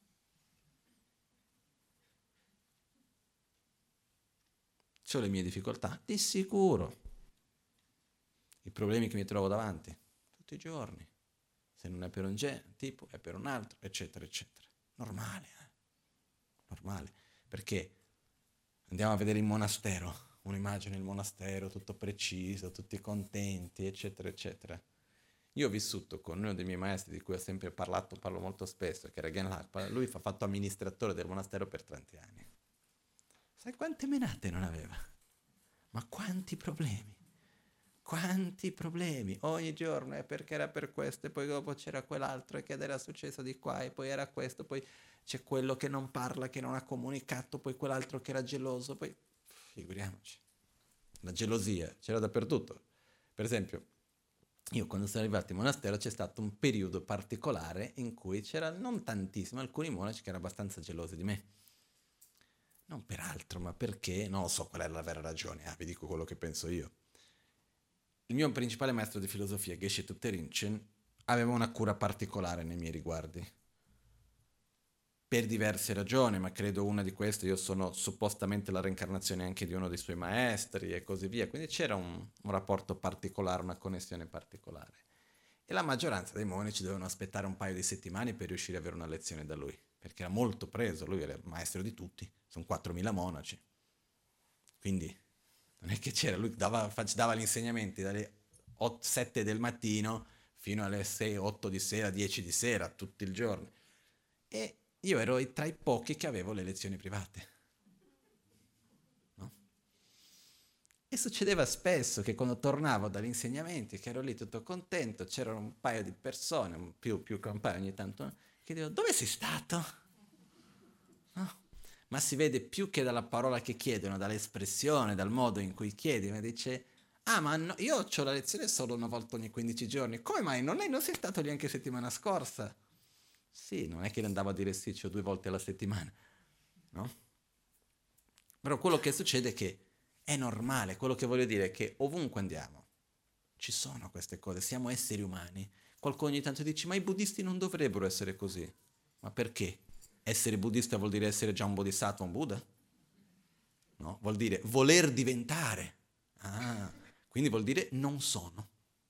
C'ho le mie difficoltà, di sicuro. I problemi che mi trovo davanti, tutti i giorni. Se non è per un genere, tipo, è per un altro, eccetera, eccetera. Normale, eh? Normale. Perché andiamo a vedere il monastero, un'immagine del monastero, tutto preciso, tutti contenti, eccetera, eccetera. Io ho vissuto con uno dei miei maestri di cui ho sempre parlato, parlo molto spesso, che era Gen Lakpa. Lui ha fatto amministratore del monastero per trenta anni. Sai quante menate non aveva? Ma quanti problemi? Quanti problemi? Ogni giorno è perché era per questo e poi dopo c'era quell'altro e che era successo di qua e poi era questo, poi c'è quello che non parla, che non ha comunicato, poi quell'altro che era geloso, poi figuriamoci. La gelosia c'era dappertutto. Per esempio, io quando sono arrivato in monastero c'è stato un periodo particolare in cui c'era non tantissimo, alcuni monaci che erano abbastanza gelosi di me. Non per altro, ma perché, non lo so qual è la vera ragione, ah, vi dico quello che penso io. Il mio principale maestro di filosofia, Geshe Thupten Rinchen, aveva una cura particolare nei miei riguardi. per diverse ragioni, ma credo una di queste, io sono suppostamente la reincarnazione anche di uno dei suoi maestri e così via, quindi c'era un, un rapporto particolare, una connessione particolare. E la maggioranza dei monaci dovevano aspettare un paio di settimane per riuscire ad avere una lezione da lui, perché era molto preso, lui era il maestro di tutti, sono quattromila monaci, quindi non è che c'era, lui dava, fac- dava gli insegnamenti dalle sette del mattino fino alle sei otto di sera, dieci di sera, tutti il giorno. E io ero tra i pochi che avevo le lezioni private. No? E succedeva spesso che quando tornavo dagli insegnamenti, che ero lì tutto contento, c'erano un paio di persone, più, più che un paio ogni tanto, che dico, dove sei stato? No? Ma si vede più che dalla parola che chiedono, dall'espressione, dal modo in cui chiedi, mi dice, ah ma no, io ho la lezione solo una volta ogni quindici giorni, come mai non, è, non sei stato lì anche settimana scorsa? Sì, non è che andavo a dire sì, c'ho due volte alla settimana, no? Però quello che succede è che è normale, quello che voglio dire è che ovunque andiamo, ci sono queste cose, siamo esseri umani. Qualcuno ogni tanto dice, ma i buddisti non dovrebbero essere così. Ma perché? Essere buddista vuol dire essere già un bodhisattva, un Buddha? No? Vuol dire voler diventare. Ah, quindi vuol dire non sono.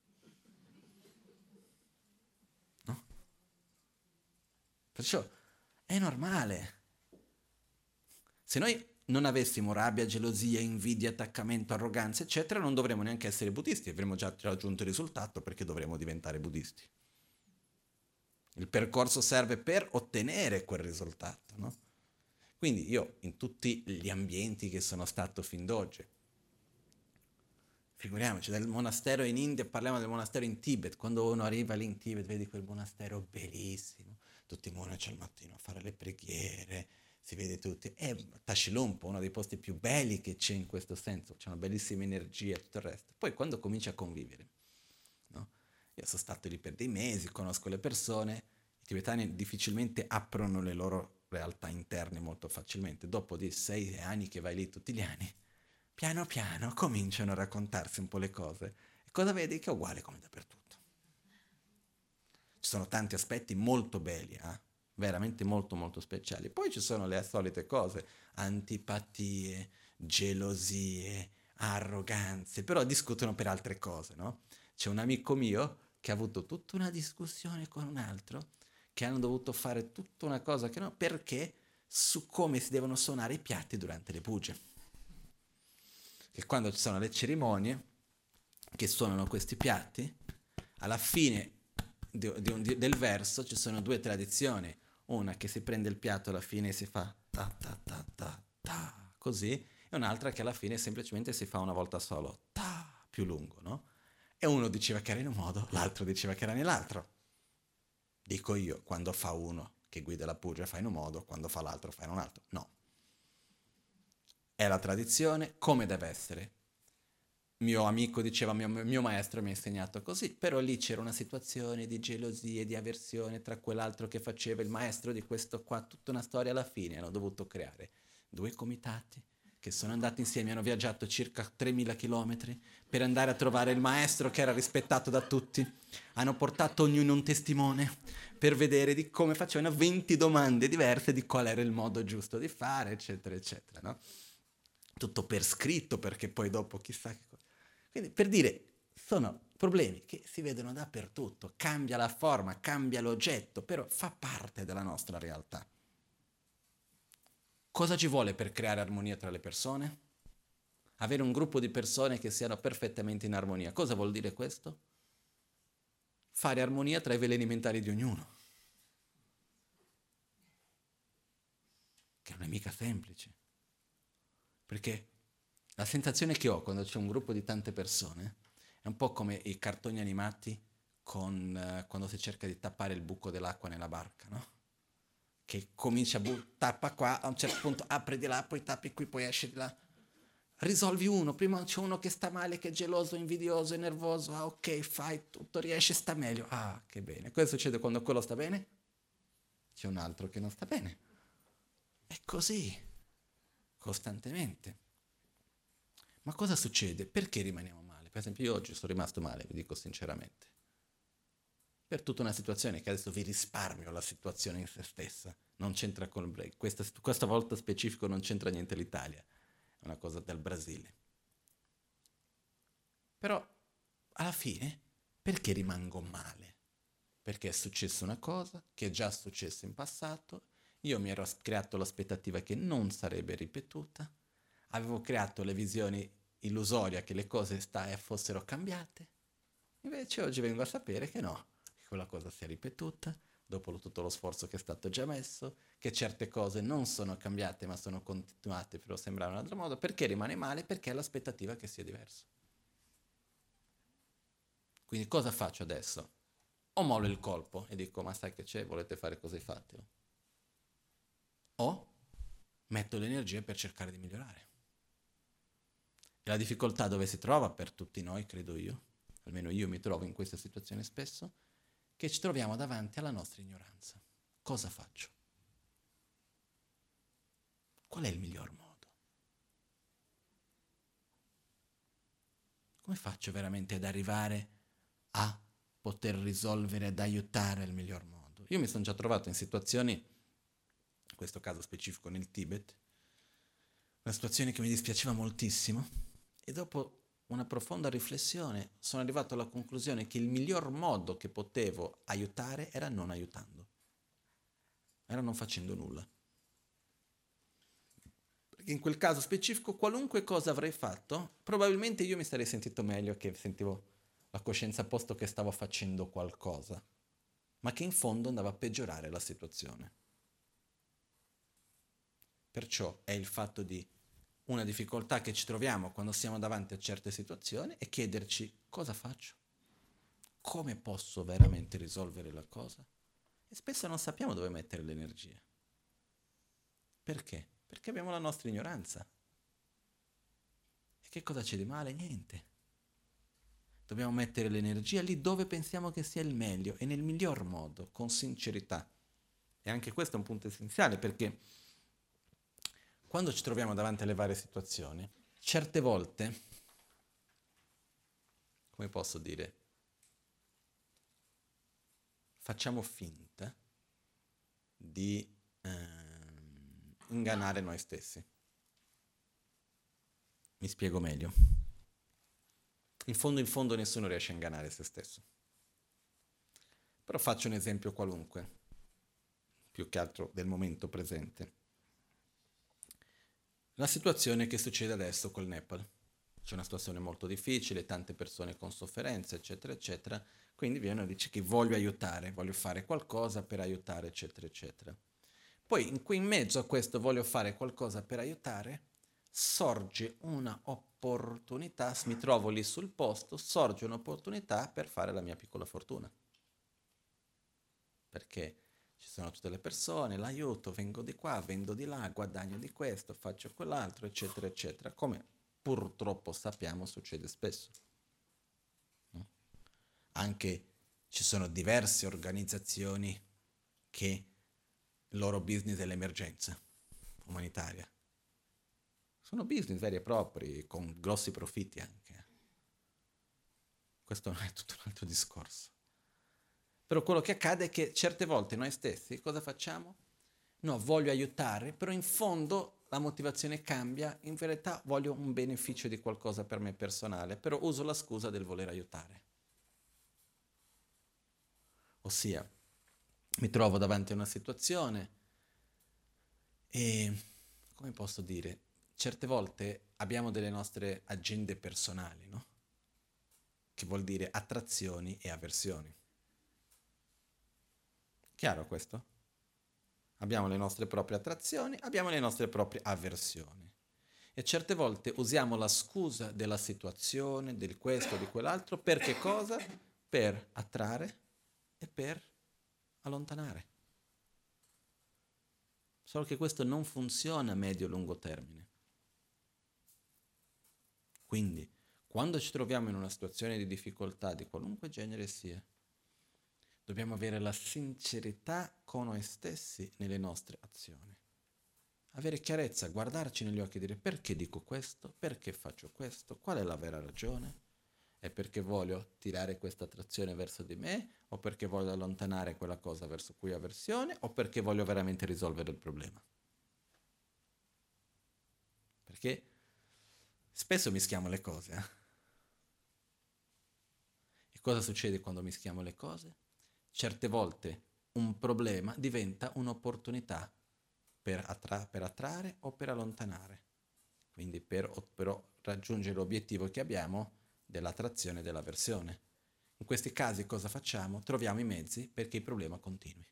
No? Perciò è normale. Se noi non avessimo rabbia, gelosia, invidia, attaccamento, arroganza, eccetera, non dovremmo neanche essere buddisti, avremmo già raggiunto il risultato perché dovremmo diventare buddisti. Il percorso serve per ottenere quel risultato, no? Quindi io in tutti gli ambienti che sono stato fin d'oggi, figuriamoci, del monastero in India, parliamo del monastero in Tibet, quando uno arriva lì in Tibet vedi quel monastero bellissimo, tutti i monaci al mattino a fare le preghiere, si vede tutti, è Tashilhunpo, uno dei posti più belli che c'è in questo senso, c'è una bellissima energia e tutto il resto. Poi quando cominci a convivere, no? Io sono stato lì per dei mesi, conosco le persone, i tibetani difficilmente aprono le loro realtà interne molto facilmente, dopo di sei anni che vai lì tutti gli anni, piano piano cominciano a raccontarsi un po' le cose. E cosa vedi? Che è uguale come dappertutto. Ci sono tanti aspetti molto belli, eh? Veramente molto molto speciali. Poi ci sono le solite cose, antipatie, gelosie, arroganze, però discutono per altre cose, no? C'è un amico mio che ha avuto tutta una discussione con un altro, che hanno dovuto fare tutta una cosa che no, perché su come si devono suonare i piatti durante le puge. Che quando ci sono le cerimonie che suonano questi piatti, alla fine di, di un, di, del verso ci sono due tradizioni, una che si prende il piatto alla fine e si fa ta ta ta ta ta così, e un'altra che alla fine semplicemente si fa una volta solo ta più lungo, no? E uno diceva che era in un modo, l'altro diceva che era nell'altro. Dico io, quando fa uno che guida la pugia fa in un modo, quando fa l'altro fa in un altro. No. È la tradizione come deve essere. Mio amico diceva, mio, mio maestro mi ha insegnato così, però lì c'era una situazione di gelosia, di avversione tra quell'altro che faceva il maestro di questo qua, tutta una storia alla fine. Hanno dovuto creare due comitati che sono andati insieme, hanno viaggiato circa tremila chilometri per andare a trovare il maestro che era rispettato da tutti. Hanno portato ognuno un testimone per vedere di come facevano venti domande diverse di qual era il modo giusto di fare, eccetera, eccetera, no? Tutto per scritto, perché poi dopo chissà che cosa. Quindi per dire, sono problemi che si vedono dappertutto, cambia la forma, cambia l'oggetto, però fa parte della nostra realtà. Cosa ci vuole per creare armonia tra le persone? Avere un gruppo di persone che siano perfettamente in armonia. Cosa vuol dire questo? Fare armonia tra i veleni mentali di ognuno. Che non è mica semplice. Perché la sensazione che ho quando c'è un gruppo di tante persone è un po' come i cartoni animati con, eh, quando si cerca di tappare il buco dell'acqua nella barca, no? Che comincia a bu- tappa qua, a un certo punto apri di là, poi tappi qui, poi esci di là. Risolvi uno, prima c'è uno che sta male, che è geloso, invidioso, è nervoso, ah ok, fai tutto, riesci, sta meglio, ah che bene. Cosa succede quando quello sta bene? C'è un altro che non sta bene. È così, costantemente. Ma cosa succede? Perché rimaniamo male? Per esempio io oggi sono rimasto male, vi dico sinceramente. Per tutta una situazione che adesso vi risparmio la situazione in se stessa. non c'entra con il break. Questa, questa volta specifico non c'entra niente l'Italia, è una cosa del Brasile. Però, alla fine, perché rimango male? Perché è successa una cosa che è già successa in passato, io mi ero creato l'aspettativa che non sarebbe ripetuta, avevo creato le visioni illusorie che le cose sta- fossero cambiate, invece oggi vengo a sapere che no, che quella cosa si è ripetuta, dopo tutto lo sforzo che è stato già messo, che certe cose non sono cambiate ma sono continuate però sembrare in un altro modo, perché rimane male? Perché è l'aspettativa che sia diverso. Quindi cosa faccio adesso? O mollo il colpo e dico, ma sai che c'è, volete fare così fatelo. O metto le energie per cercare di migliorare. E la difficoltà dove si trova per tutti noi, credo io, almeno io mi trovo in questa situazione spesso, che ci troviamo davanti alla nostra ignoranza. Cosa faccio? Qual è il miglior modo? Come faccio veramente ad arrivare a poter risolvere, ad aiutare al miglior modo? Io mi sono già trovato in situazioni, in questo caso specifico nel Tibet, una situazione che mi dispiaceva moltissimo e dopo una profonda riflessione sono arrivato alla conclusione che il miglior modo che potevo aiutare era non aiutando, era non facendo nulla. Perché in quel caso specifico qualunque cosa avrei fatto, probabilmente io mi sarei sentito meglio che sentivo la coscienza a posto che stavo facendo qualcosa, ma che in fondo andava a peggiorare la situazione. Perciò è il fatto di una difficoltà che ci troviamo quando siamo davanti a certe situazioni e chiederci cosa faccio, come posso veramente risolvere la cosa. E spesso non sappiamo dove mettere le energie. Perché? Perché abbiamo la nostra ignoranza. E che cosa c'è di male? Niente. Dobbiamo mettere l'energia lì dove pensiamo che sia il meglio e nel miglior modo, con sincerità. E anche questo è un punto essenziale perché quando ci troviamo davanti alle varie situazioni, certe volte, come posso dire, facciamo finta di ehm, ingannare noi stessi. Mi spiego meglio. In fondo, in fondo nessuno riesce a ingannare se stesso. Però faccio un esempio qualunque, più che altro del momento presente. La situazione che succede adesso col Nepal. C'è una situazione molto difficile, tante persone con sofferenze, eccetera, eccetera. Quindi viene e dice che voglio aiutare, voglio fare qualcosa per aiutare, eccetera, eccetera. Poi in, in mezzo a questo voglio fare qualcosa per aiutare, sorge una opportunità, mi trovo lì sul posto, sorge un'opportunità per fare la mia piccola fortuna. Perché ci sono tutte le persone, l'aiuto, vengo di qua, vendo di là, guadagno di questo, faccio quell'altro, eccetera, eccetera, come purtroppo sappiamo succede spesso. No? Anche ci sono diverse organizzazioni che il loro business è l'emergenza umanitaria. Sono business veri e propri, con grossi profitti anche. Questo non è tutto un altro discorso. Però quello che accade è che certe volte noi stessi cosa facciamo? No, voglio aiutare, però in fondo la motivazione cambia, in verità voglio un beneficio di qualcosa per me personale, però uso la scusa del voler aiutare. Ossia, mi trovo davanti a una situazione e, come posso dire, certe volte abbiamo delle nostre agende personali, no? Che vuol dire attrazioni e avversioni. Chiaro questo? Abbiamo le nostre proprie attrazioni, abbiamo le nostre proprie avversioni. E certe volte usiamo la scusa della situazione, del questo, di quell'altro, per che cosa? Per attrarre e per allontanare. Solo che questo non funziona a medio-lungo termine. Quindi, quando ci troviamo in una situazione di difficoltà, di qualunque genere sia, dobbiamo avere la sincerità con noi stessi nelle nostre azioni. Avere chiarezza, guardarci negli occhi e dire perché dico questo, perché faccio questo, qual è la vera ragione È perché voglio tirare questa attrazione verso di me, o perché voglio allontanare quella cosa verso cui ho avversione, o perché voglio veramente risolvere il problema? Perché spesso mischiamo le cose. Eh? E cosa succede quando mischiamo le cose? Certe volte un problema diventa un'opportunità per, attra- per attrarre o per allontanare. Quindi per, per raggiungere l'obiettivo che abbiamo dell'attrazione e dell'avversione. In questi casi cosa facciamo? Troviamo i mezzi perché il problema continui.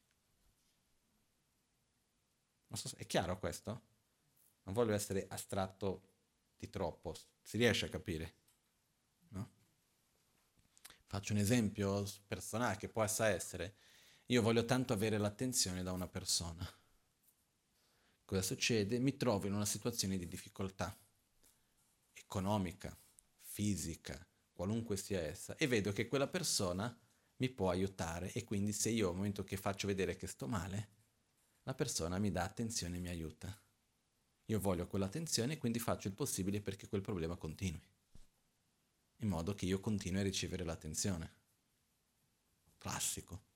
Non so se è chiaro questo? Non voglio essere astratto di troppo, si riesce a capire, no? Faccio un esempio personale che possa essere, io voglio tanto avere l'attenzione da una persona. Cosa succede? Mi trovo in una situazione di difficoltà economica, fisica, qualunque sia essa, e vedo che quella persona mi può aiutare e quindi se io al momento che faccio vedere che sto male, la persona mi dà attenzione e mi aiuta. Io voglio quell'attenzione e quindi faccio il possibile perché quel problema continui, in modo che io continui a ricevere l'attenzione. Classico.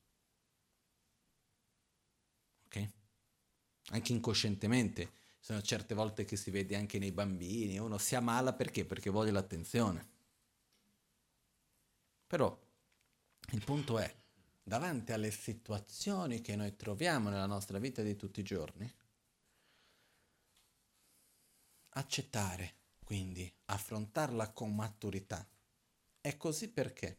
Ok? Anche incoscientemente, sono certe volte che si vede anche nei bambini, uno si ammala perché? Perché vuole l'attenzione. Però il punto è, davanti alle situazioni che noi troviamo nella nostra vita di tutti i giorni, accettare, quindi affrontarla con maturità. È così perché?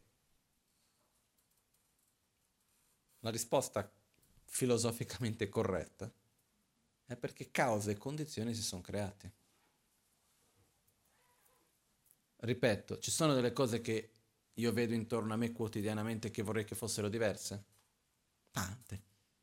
La risposta filosoficamente corretta è perché cause e condizioni si sono create. Ripeto, ci sono delle cose che io vedo intorno a me quotidianamente che vorrei che fossero diverse? Tante.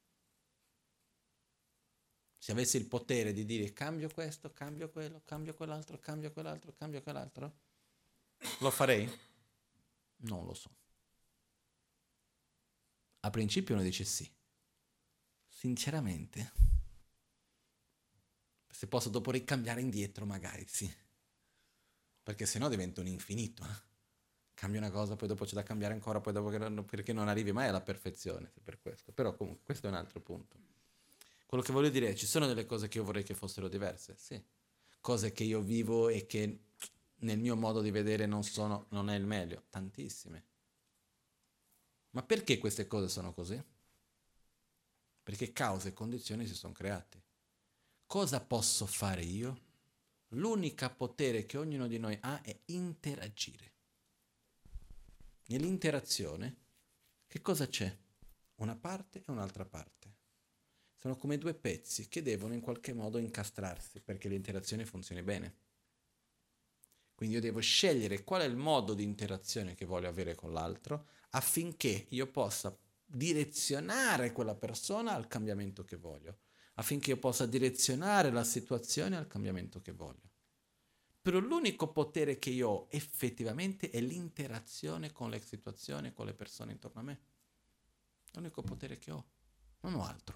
Se avessi il potere di dire cambio questo, cambio quello, cambio quell'altro, cambio quell'altro, cambio quell'altro, lo farei? Non lo so. A principio uno dice sì. Sinceramente, se posso dopo ricambiare indietro magari sì. Perché sennò diventa un infinito. Eh? Cambi una cosa, poi dopo c'è da cambiare ancora, poi dopo che non, perché non arrivi mai alla perfezione per questo. Però comunque questo è un altro punto. Quello che voglio dire è ci sono delle cose che io vorrei che fossero diverse, sì. Cose che io vivo e che nel mio modo di vedere non sono, non è il meglio, tantissime. Ma perché queste cose sono così? Perché cause e condizioni si sono create. Cosa posso fare io? L'unico potere che ognuno di noi ha è interagire. Nell'interazione, che cosa c'è? Una parte e un'altra parte. Sono come due pezzi che devono in qualche modo incastrarsi perché l'interazione funzioni bene. Quindi io devo scegliere qual è il modo di interazione che voglio avere con l'altro affinché io possa direzionare quella persona al cambiamento che voglio, affinché io possa direzionare la situazione al cambiamento che voglio. Però l'unico potere che io ho effettivamente è l'interazione con le situazioni, con le persone intorno a me. L'unico potere che ho, non ho altro.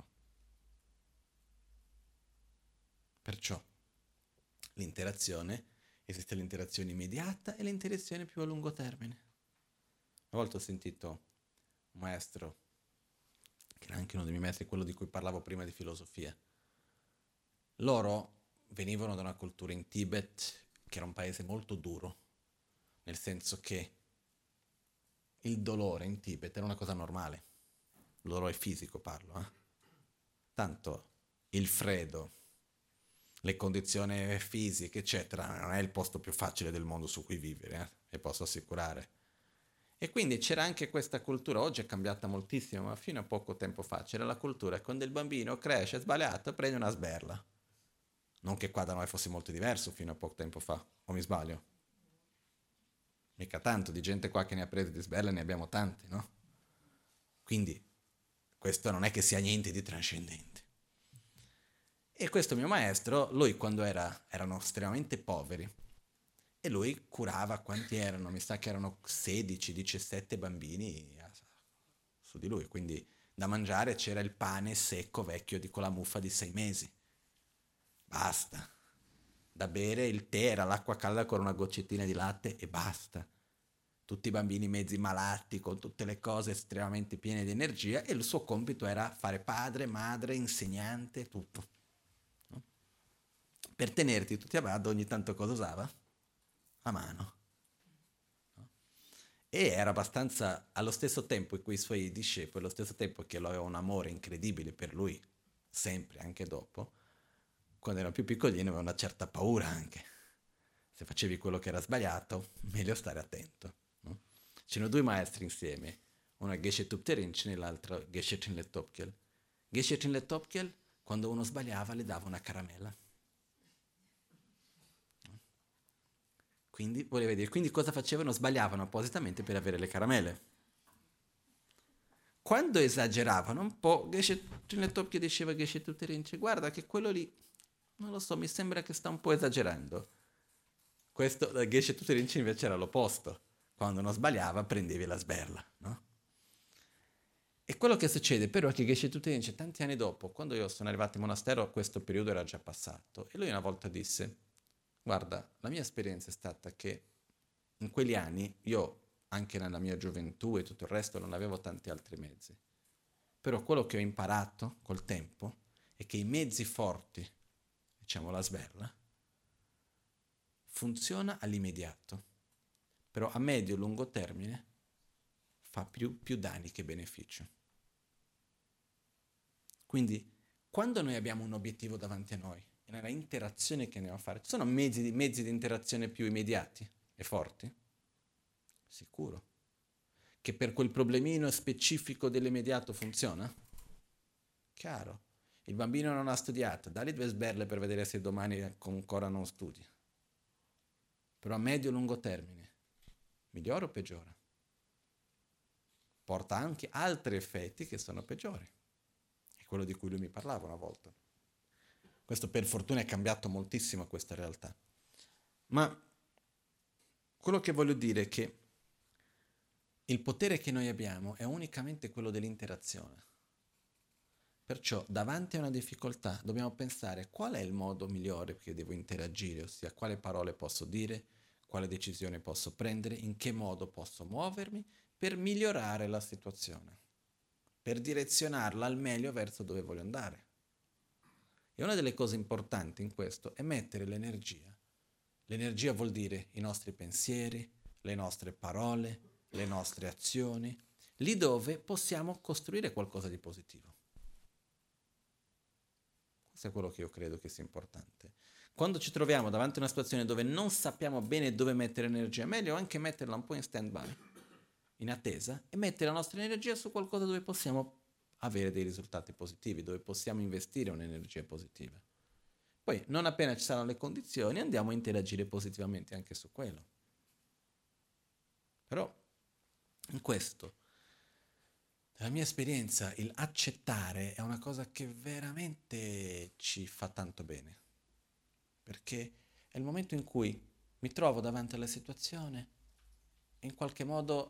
Perciò l'interazione, esiste l'interazione immediata e l'interazione più a lungo termine. Una volta ho sentito un maestro, che era anche uno dei miei maestri, quello di cui parlavo prima di filosofia. Loro venivano da una cultura in Tibet, che era un paese molto duro, nel senso che il dolore in Tibet era una cosa normale. Il dolore fisico parlo, eh? Tanto il freddo, le condizioni fisiche, eccetera, non è il posto più facile del mondo su cui vivere, eh? E posso assicurare. E quindi c'era anche questa cultura, oggi è cambiata moltissimo, ma fino a poco tempo fa c'era la cultura che quando il bambino cresce, è sbagliato, prende una sberla. Non che qua da noi fosse molto diverso fino a poco tempo fa, o mi sbaglio? Mica tanto, di gente qua che ne ha prese di sberle ne abbiamo tante, no? Quindi questo non è che sia niente di trascendente. E questo mio maestro, lui quando era, erano estremamente poveri, e lui curava quanti erano, mi sa che erano sedici diciassette bambini su di lui, quindi da mangiare c'era il pane secco vecchio di quella muffa di sei mesi. Basta. Da bere il tè era l'acqua calda con una goccettina di latte e basta. tutti i bambini mezzi malati, con tutte le cose estremamente piene di energia, e il suo compito era fare padre, madre, insegnante, tutto. No? Per tenerti tutti a bada, ogni tanto cosa usava? La mano. No? E era abbastanza, allo stesso tempo in cui i suoi discepoli, allo stesso tempo che lo aveva un amore incredibile per lui, sempre, anche dopo, quando erano più piccolini aveva una certa paura anche. Se facevi quello che era sbagliato, meglio stare attento. No? C'erano due maestri insieme, uno è Geshe Tupterinchen e l'altro Geshe Trinle Topkel. Geshe Trinle Topkel, quando uno sbagliava, le dava una caramella. Quindi, voleva dire, quindi cosa facevano? Sbagliavano appositamente per avere le caramelle. Quando esageravano un po', Geshe Trinle Topkel diceva a Geshe Tupterinchen, guarda che quello lì, non lo so, mi sembra che sta un po' esagerando. Questo da Geshe Tupterinchen invece era l'opposto. Quando non sbagliava prendevi la sberla, no? E quello che succede però è che Geshe Tupterinchen tanti anni dopo, quando io sono arrivato in monastero, questo periodo era già passato, e lui una volta disse, guarda, la mia esperienza è stata che in quegli anni io, anche nella mia gioventù e tutto il resto, non avevo tanti altri mezzi. Però quello che ho imparato col tempo è che i mezzi forti, diciamo la sberla, funziona all'immediato, però a medio-lungo termine fa più, più danni che beneficio. Quindi, quando noi abbiamo un obiettivo davanti a noi, e nella interazione che andiamo a fare, ci sono mezzi di, mezzi di interazione più immediati e forti? Sicuro. Che per quel problemino specifico dell'immediato funziona? Chiaro. Il bambino non ha studiato, dagli due sberle per vedere se domani ancora non studia. Però a medio-lungo termine, migliora o peggiora? Porta anche altri effetti che sono peggiori. È quello di cui lui mi parlava una volta. Questo per fortuna è cambiato moltissimo questa realtà. Ma quello che voglio dire è che il potere che noi abbiamo è unicamente quello dell'interazione. Perciò davanti a una difficoltà dobbiamo pensare qual è il modo migliore che devo interagire, ossia quale parole posso dire, quale decisione posso prendere, in che modo posso muovermi per migliorare la situazione, per direzionarla al meglio verso dove voglio andare. E una delle cose importanti in questo è mettere l'energia. L'energia vuol dire i nostri pensieri, le nostre parole, le nostre azioni, lì dove possiamo costruire qualcosa di positivo. Questo è quello che io credo che sia importante. Quando ci troviamo davanti a una situazione dove non sappiamo bene dove mettere energia, è meglio anche metterla un po' in stand-by, in attesa, e mettere la nostra energia su qualcosa dove possiamo avere dei risultati positivi, dove possiamo investire un'energia positiva. Poi, non appena ci saranno le condizioni, andiamo a interagire positivamente anche su quello. Però, in questo, nella mia esperienza, il accettare è una cosa che veramente ci fa tanto bene. Perché è il momento in cui mi trovo davanti alla situazione e in qualche modo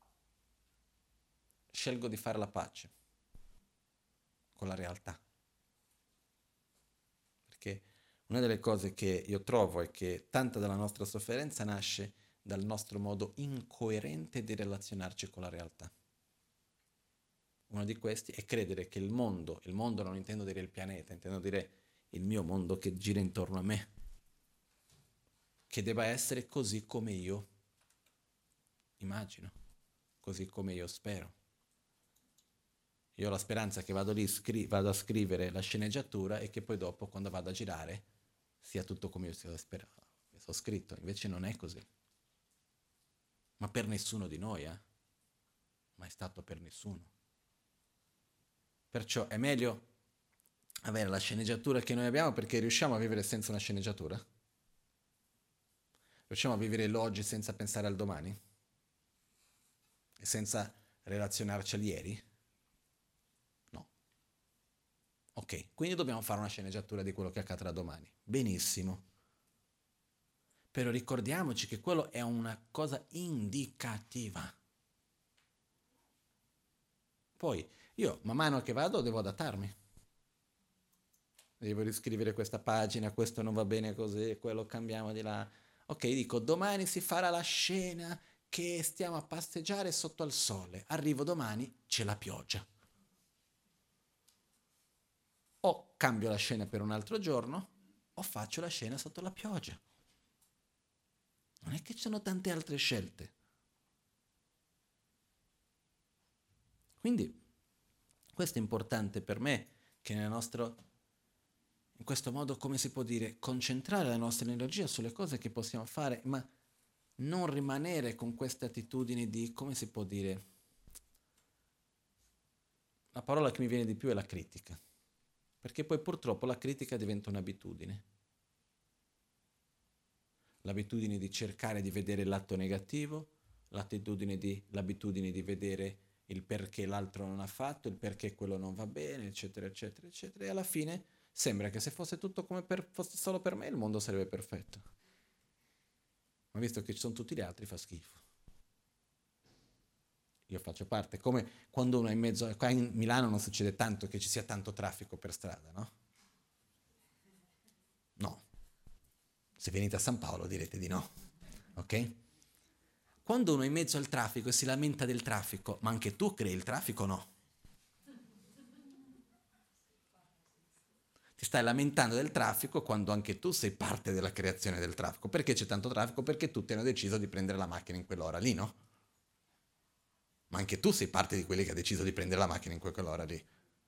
scelgo di fare la pace con la realtà. Perché una delle cose che io trovo è che tanta della nostra sofferenza nasce dal nostro modo incoerente di relazionarci con la realtà. Uno di questi è credere che il mondo, il mondo non intendo dire il pianeta, intendo dire il mio mondo che gira intorno a me, che debba essere così come io immagino, così come io spero. Io ho la speranza che vado lì, scri- vado a scrivere la sceneggiatura e che poi dopo, quando vado a girare, sia tutto come io sia sperato, ho scritto. Invece non è così. Ma per nessuno di noi, eh? Ma è stato per nessuno. Perciò è meglio avere la sceneggiatura che noi abbiamo, perché riusciamo a vivere senza una sceneggiatura? Riusciamo a vivere l'oggi senza pensare al domani? E senza relazionarci al ieri? No. Ok, quindi dobbiamo fare una sceneggiatura di quello che accadrà domani. Benissimo. Però ricordiamoci che quello è una cosa indicativa. Poi io, man mano che vado, devo adattarmi. Devo riscrivere questa pagina, questo non va bene così, quello cambiamo di là. Ok, dico, domani si farà la scena che stiamo a passeggiare sotto al sole, arrivo domani, c'è la pioggia. O cambio la scena per un altro giorno, o faccio la scena sotto la pioggia. Non è che ci sono tante altre scelte. Quindi questo è importante per me, che nel nostro, in questo modo, come si può dire, concentrare la nostra energia sulle cose che possiamo fare, ma non rimanere con queste attitudini di, come si può dire, la parola che mi viene di più è la critica, perché poi purtroppo la critica diventa un'abitudine. L'abitudine di cercare di vedere il lato negativo, l'attitudine di, l'abitudine di vedere il perché l'altro non ha fatto, il perché quello non va bene, eccetera, eccetera, eccetera, e alla fine sembra che se fosse tutto come per, fosse solo per me, il mondo sarebbe perfetto. Ma visto che ci sono tutti gli altri, fa schifo. Io faccio parte, come quando uno è in mezzo, qua in Milano non succede tanto che ci sia tanto traffico per strada, no? No. Se venite a San Paolo direte di no, ok? Quando uno è in mezzo al traffico e si lamenta del traffico, ma anche tu crei il traffico o no? Ti stai lamentando del traffico quando anche tu sei parte della creazione del traffico. Perché c'è tanto traffico? Perché tutti hanno deciso di prendere la macchina in quell'ora lì, no? Ma anche tu sei parte di quelli che ha deciso di prendere la macchina in quell'ora lì.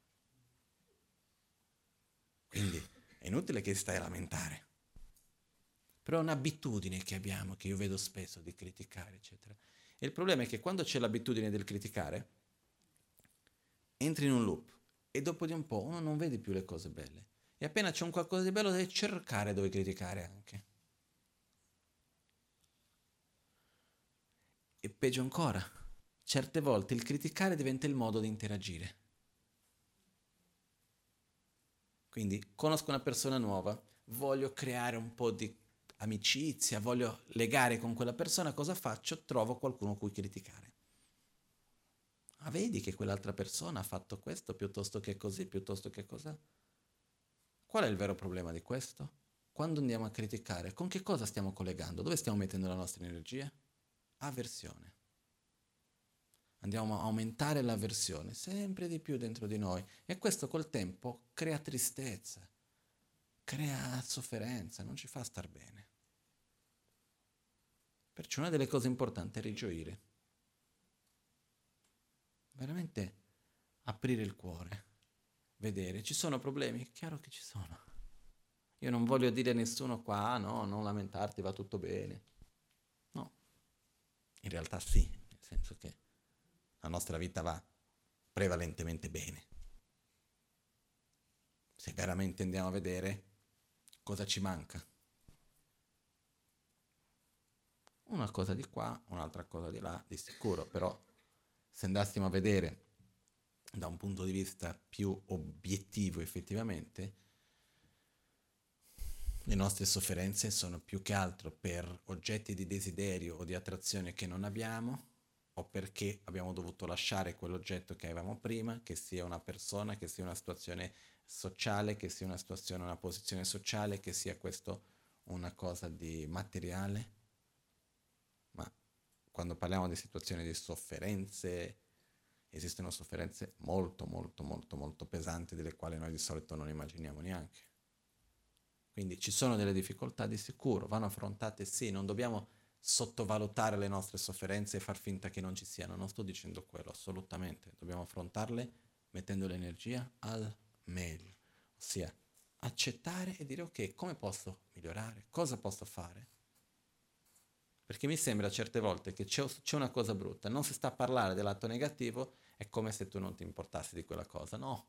Quindi è inutile che ti stai a lamentare. Però è un'abitudine che abbiamo, che io vedo spesso, di criticare, eccetera. E il problema è che quando c'è l'abitudine del criticare, entri in un loop e dopo di un po' uno non vede più le cose belle. E appena c'è un qualcosa di bello deve cercare dove criticare anche. E peggio ancora, certe volte il criticare diventa il modo di interagire. Quindi conosco una persona nuova, voglio creare un po' di amicizia, voglio legare con quella persona, cosa faccio? Trovo qualcuno a cui criticare. Ah, vedi che quell'altra persona ha fatto questo piuttosto che così, piuttosto che cos'è? Qual è il vero problema di questo? Quando andiamo a criticare, con che cosa stiamo collegando? Dove stiamo mettendo la nostra energia? Avversione. Andiamo a aumentare l'avversione sempre di più dentro di noi e questo col tempo crea tristezza, crea sofferenza, non ci fa star bene. Perciò una delle cose importanti è rigioire. Veramente aprire il cuore, vedere. Ci sono problemi? Chiaro che ci sono. Io non voglio dire a nessuno qua, ah, no, non lamentarti, va tutto bene. No, in realtà sì, nel senso che la nostra vita va prevalentemente bene. Se veramente andiamo a vedere cosa ci manca. Una cosa di qua, un'altra cosa di là, di sicuro, però se andassimo a vedere da un punto di vista più obiettivo effettivamente, le nostre sofferenze sono più che altro per oggetti di desiderio o di attrazione che non abbiamo, o perché abbiamo dovuto lasciare quell'oggetto che avevamo prima, che sia una persona, che sia una situazione sociale, che sia una situazione, una posizione sociale, che sia questo una cosa di materiale. Ma quando parliamo di situazioni di sofferenze, esistono sofferenze molto, molto, molto, molto pesanti, delle quali noi di solito non immaginiamo neanche. Quindi ci sono delle difficoltà di sicuro, vanno affrontate sì, non dobbiamo sottovalutare le nostre sofferenze e far finta che non ci siano, non sto dicendo quello, assolutamente, dobbiamo affrontarle mettendo l'energia al meglio, ossia accettare e dire ok, come posso migliorare, cosa posso fare? Perché mi sembra certe volte che c'è, c'è una cosa brutta, non si sta a parlare del lato negativo, è come se tu non ti importassi di quella cosa, no,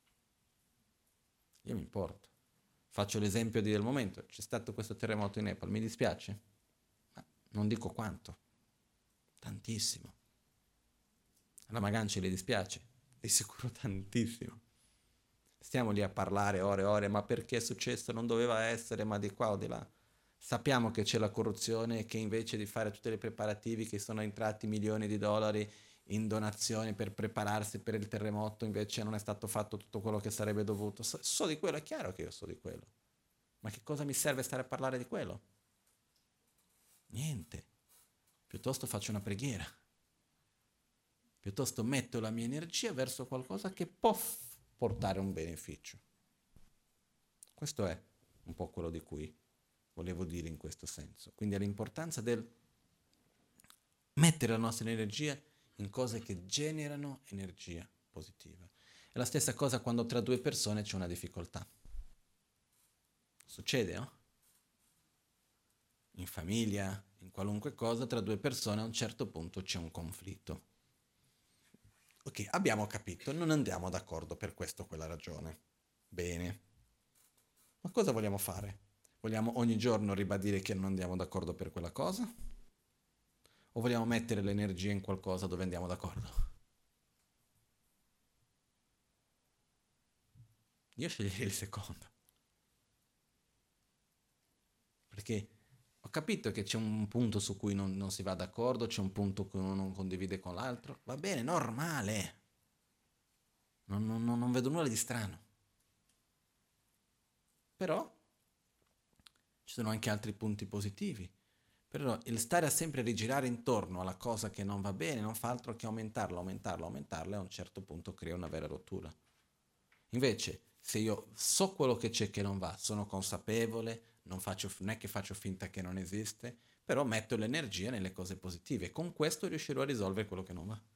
io mi importo. Faccio l'esempio del momento, c'è stato questo terremoto in Nepal, mi dispiace? Ma non dico quanto, tantissimo. Alla Maganci le dispiace? Di sicuro tantissimo. Stiamo lì a parlare ore e ore, ma perché è successo? Non doveva essere, ma di qua o di là. Sappiamo che c'è la corruzione e che invece di fare tutti i preparativi che sono entrati milioni di dollari in donazioni per prepararsi per il terremoto, invece non è stato fatto tutto quello che sarebbe dovuto. So, so di quello, è chiaro che io so di quello. Ma che cosa mi serve stare a parlare di quello? Niente. piuttosto faccio una preghiera, piuttosto metto la mia energia verso qualcosa che può f- portare un beneficio. Questo è un po' quello di cui volevo dire in questo senso. Quindi è l'importanza del mettere la nostra energia in cose che generano energia positiva. È la stessa cosa quando tra due persone c'è una difficoltà. Succede, no? In famiglia, in qualunque cosa, tra due persone a un certo punto c'è un conflitto. Ok, abbiamo capito, non andiamo d'accordo per questa o quella ragione. Bene. Ma cosa vogliamo fare? Vogliamo ogni giorno ribadire che non andiamo d'accordo per quella cosa? O vogliamo mettere l'energia in qualcosa dove andiamo d'accordo? Io sceglierei il secondo. Perché ho capito che c'è un punto su cui non, non si va d'accordo, c'è un punto che uno non condivide con l'altro. Va bene, normale. Non, non, non vedo nulla di strano. Però ci sono anche altri punti positivi. Però il stare a sempre rigirare intorno alla cosa che non va bene non fa altro che aumentarla, aumentarla, aumentarla e a un certo punto crea una vera rottura. Invece, se io so quello che c'è che non va, sono consapevole, non, faccio, non è che faccio finta che non esiste, però metto l'energia nelle cose positive e con questo riuscirò a risolvere quello che non va.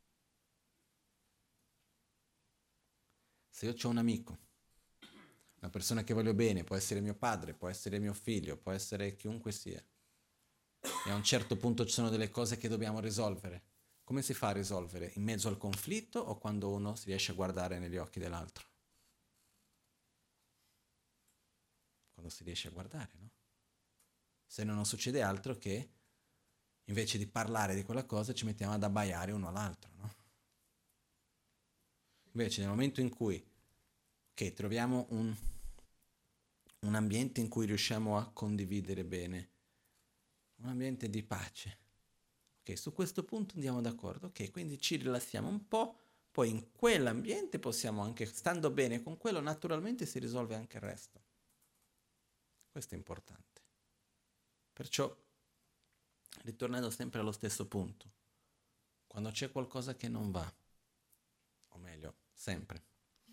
Se io ho un amico, una persona che voglio bene, può essere mio padre, può essere mio figlio, può essere chiunque sia, e a un certo punto ci sono delle cose che dobbiamo risolvere. Come si fa a risolvere? In mezzo al conflitto o quando uno si riesce a guardare negli occhi dell'altro? Quando si riesce a guardare, no? Se no non succede altro che invece di parlare di quella cosa ci mettiamo ad abbaiare uno all'altro, no? Invece nel momento in cui okay, troviamo un, un ambiente in cui riusciamo a condividere bene, un ambiente di pace, ok, su questo punto andiamo d'accordo, ok, quindi ci rilassiamo un po', poi in quell'ambiente possiamo anche, stando bene con quello, naturalmente si risolve anche il resto. Questo è importante. Perciò, ritornando sempre allo stesso punto, quando c'è qualcosa che non va, o meglio, sempre,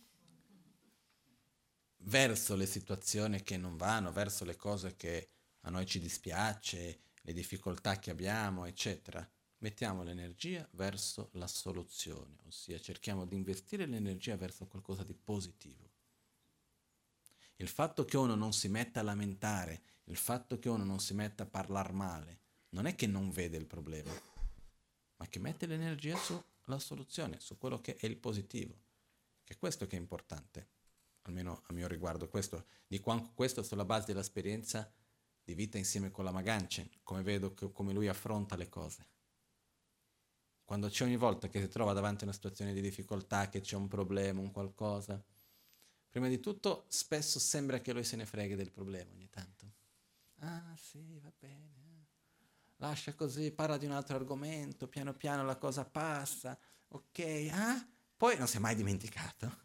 verso le situazioni che non vanno, verso le cose che a noi ci dispiace, le difficoltà che abbiamo, eccetera, mettiamo l'energia verso la soluzione, ossia cerchiamo di investire l'energia verso qualcosa di positivo. Il fatto che uno non si metta a lamentare, il fatto che uno non si metta a parlare male, non è che non vede il problema, ma che mette l'energia sulla soluzione, su quello che è il positivo, che è questo che è importante, almeno a mio riguardo. Questo, dico questo sulla base dell'esperienza di vita insieme con la Maganchen, come vedo che, come lui affronta le cose. Quando c'è ogni volta che si trova davanti a una situazione di difficoltà, che c'è un problema, un qualcosa, prima di tutto spesso sembra che lui se ne freghi del problema ogni tanto. Ah sì, va bene, lascia così, parla di un altro argomento, piano piano la cosa passa, ok, ah? Poi non si è mai dimenticato.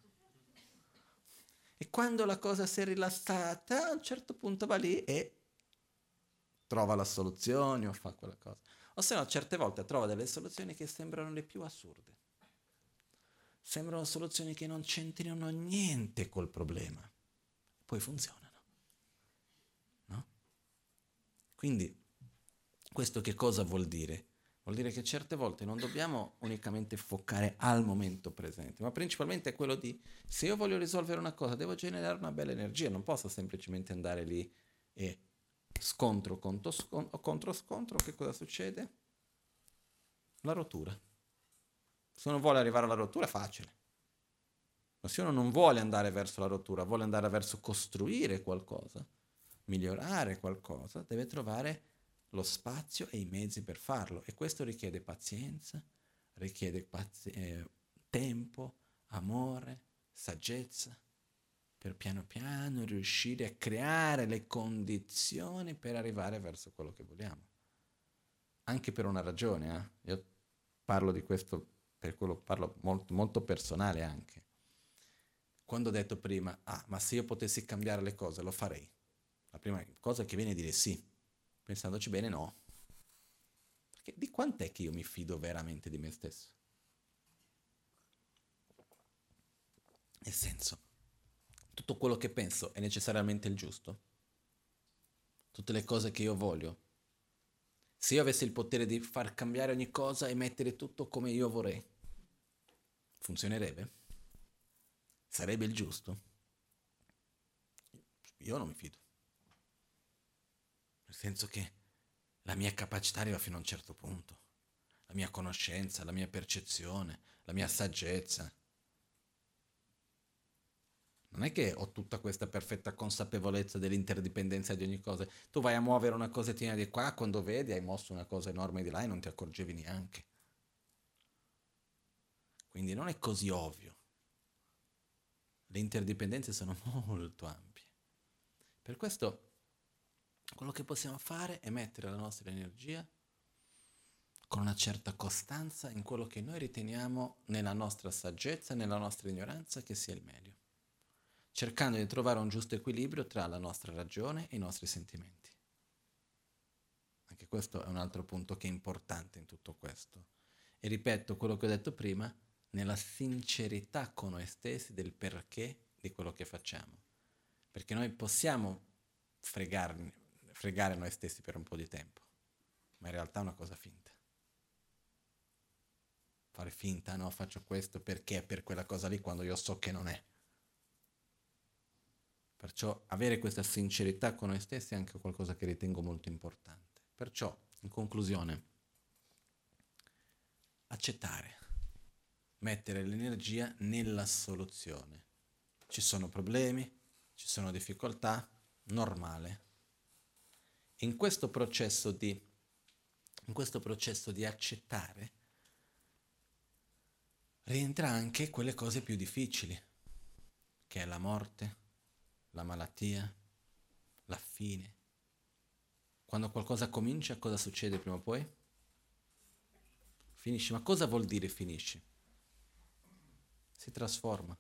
E quando la cosa si è rilassata, a un certo punto va lì e trova la soluzione o fa quella cosa. O se no, certe volte trova delle soluzioni che sembrano le più assurde. Sembrano soluzioni che non c'entrino niente col problema. Poi funzionano. No? Quindi, questo che cosa vuol dire? Vuol dire che certe volte non dobbiamo unicamente foccare al momento presente, ma principalmente è quello di, se io voglio risolvere una cosa, devo generare una bella energia, non posso semplicemente andare lì e scontro contro scontro, contro scontro, che cosa succede? La rottura. Se uno vuole arrivare alla rottura è facile, ma se uno non vuole andare verso la rottura, vuole andare verso costruire qualcosa, migliorare qualcosa, deve trovare lo spazio e i mezzi per farlo, e questo richiede pazienza, richiede pazi- eh, tempo, amore, saggezza, per piano piano riuscire a creare le condizioni per arrivare verso quello che vogliamo. Anche per una ragione, eh? Io parlo di questo, per quello parlo molto, molto personale anche. Quando ho detto prima, ah, ma se io potessi cambiare le cose lo farei, la prima cosa che viene è dire sì. Pensandoci bene, no. Perché di quant'è che io mi fido veramente di me stesso? Nel senso, tutto quello che penso è necessariamente il giusto? Tutte le cose che io voglio? Se io avessi il potere di far cambiare ogni cosa e mettere tutto come io vorrei, funzionerebbe? Sarebbe il giusto? Io non mi fido. Nel senso che la mia capacità arriva fino a un certo punto. La mia conoscenza, la mia percezione, la mia saggezza. Non è che ho tutta questa perfetta consapevolezza dell'interdipendenza di ogni cosa. Tu vai a muovere una cosettina di qua, quando vedi hai mosso una cosa enorme di là e non ti accorgevi neanche. Quindi non è così ovvio. Le interdipendenze sono molto ampie. Per questo quello che possiamo fare è mettere la nostra energia con una certa costanza in quello che noi riteniamo nella nostra saggezza, nella nostra ignoranza che sia il meglio, cercando di trovare un giusto equilibrio tra la nostra ragione e i nostri sentimenti. Anche questo è un altro punto che è importante in tutto questo. E ripeto quello che ho detto prima, nella sincerità con noi stessi del perché di quello che facciamo. Perché noi possiamo fregarne, fregare noi stessi per un po' di tempo, ma in realtà è una cosa finta. Fare finta, no, faccio questo perché è per quella cosa lì quando io so che non è. Perciò avere questa sincerità con noi stessi è anche qualcosa che ritengo molto importante. Perciò, in conclusione, accettare, mettere l'energia nella soluzione. Ci sono problemi, ci sono difficoltà, normale. In questo processo di, in questo processo di accettare rientra anche quelle cose più difficili, che è la morte, la malattia, la fine. Quando qualcosa comincia, cosa succede prima o poi? Finisci. Ma cosa vuol dire finisci? Si trasforma.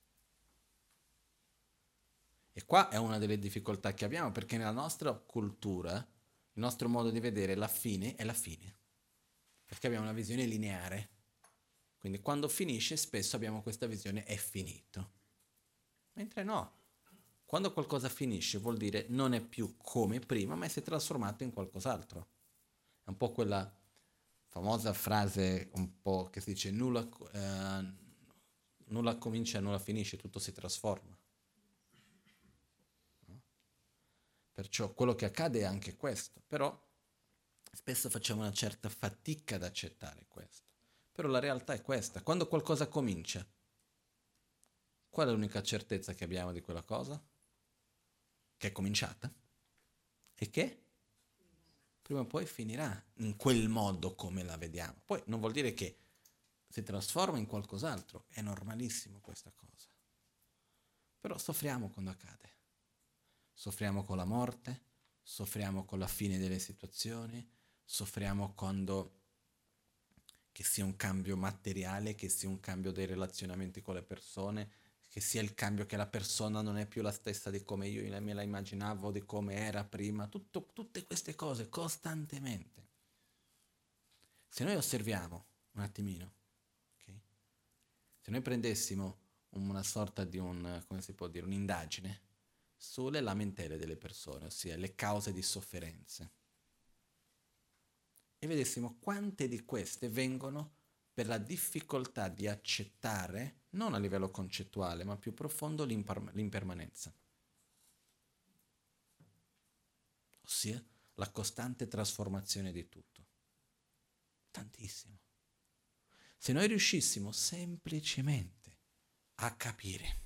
E qua è una delle difficoltà che abbiamo, perché nella nostra cultura, il nostro modo di vedere la fine è la fine. Perché abbiamo una visione lineare. Quindi quando finisce spesso abbiamo questa visione è finito. Mentre no. Quando qualcosa finisce vuol dire non è più come prima, ma si è trasformato in qualcos'altro. È un po' quella famosa frase un po' che si dice nulla, eh, nulla comincia e nulla finisce, tutto si trasforma. No? Perciò quello che accade è anche questo, però spesso facciamo una certa fatica ad accettare questo. Però la realtà è questa, quando qualcosa comincia, qual è l'unica certezza che abbiamo di quella cosa? Che è cominciata e che prima o poi finirà in quel modo come la vediamo. Poi non vuol dire che si trasforma in qualcos'altro, è normalissimo questa cosa. Però soffriamo quando accade. Soffriamo con la morte, soffriamo con la fine delle situazioni, soffriamo quando che sia un cambio materiale, che sia un cambio dei relazionamenti con le persone, che sia il cambio che la persona non è più la stessa di come io me la immaginavo, di come era prima, tutto, tutte queste cose costantemente. Se noi osserviamo un attimino, okay? Se noi prendessimo una sorta di un, come si può dire, un'indagine sulle lamentele delle persone, ossia le cause di sofferenze, e vedessimo quante di queste vengono per la difficoltà di accettare, non a livello concettuale, ma più profondo, l'impar- l'impermanenza. Ossia la costante trasformazione di tutto. Tantissimo. Se noi riuscissimo semplicemente a capire,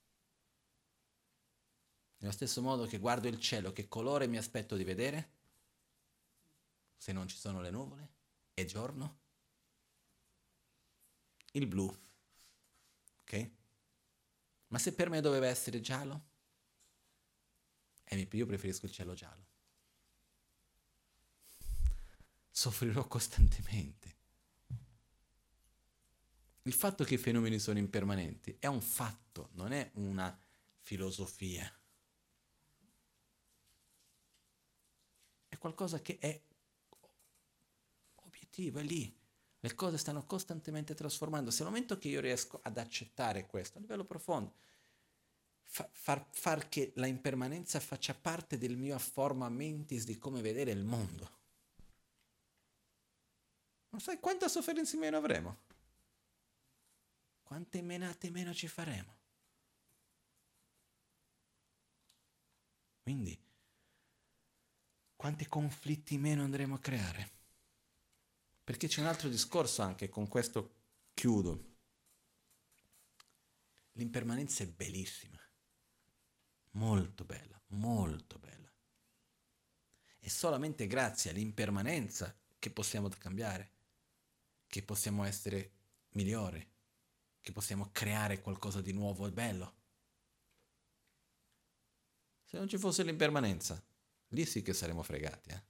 nello stesso modo che guardo il cielo, che colore mi aspetto di vedere, se non ci sono le nuvole, è giorno, il blu, ok? Ma se per me doveva essere giallo, eh, io preferisco il cielo giallo. Soffrirò costantemente. Il fatto che i fenomeni sono impermanenti è un fatto, non è una filosofia. È qualcosa che è oggettivo, è lì. Le cose stanno costantemente trasformandosi. Nel momento che io riesco ad accettare questo a livello profondo, fa, far, far che la impermanenza faccia parte del mio forma mentis di come vedere il mondo. Non sai quanta sofferenza in meno avremo? Quante menate meno ci faremo? Quindi, quanti conflitti meno andremo a creare? Perché c'è un altro discorso anche, con questo chiudo. L'impermanenza è bellissima, molto bella, molto bella. È solamente grazie all'impermanenza che possiamo cambiare, che possiamo essere migliori, che possiamo creare qualcosa di nuovo e bello. Se non ci fosse l'impermanenza, lì sì che saremmo fregati, eh?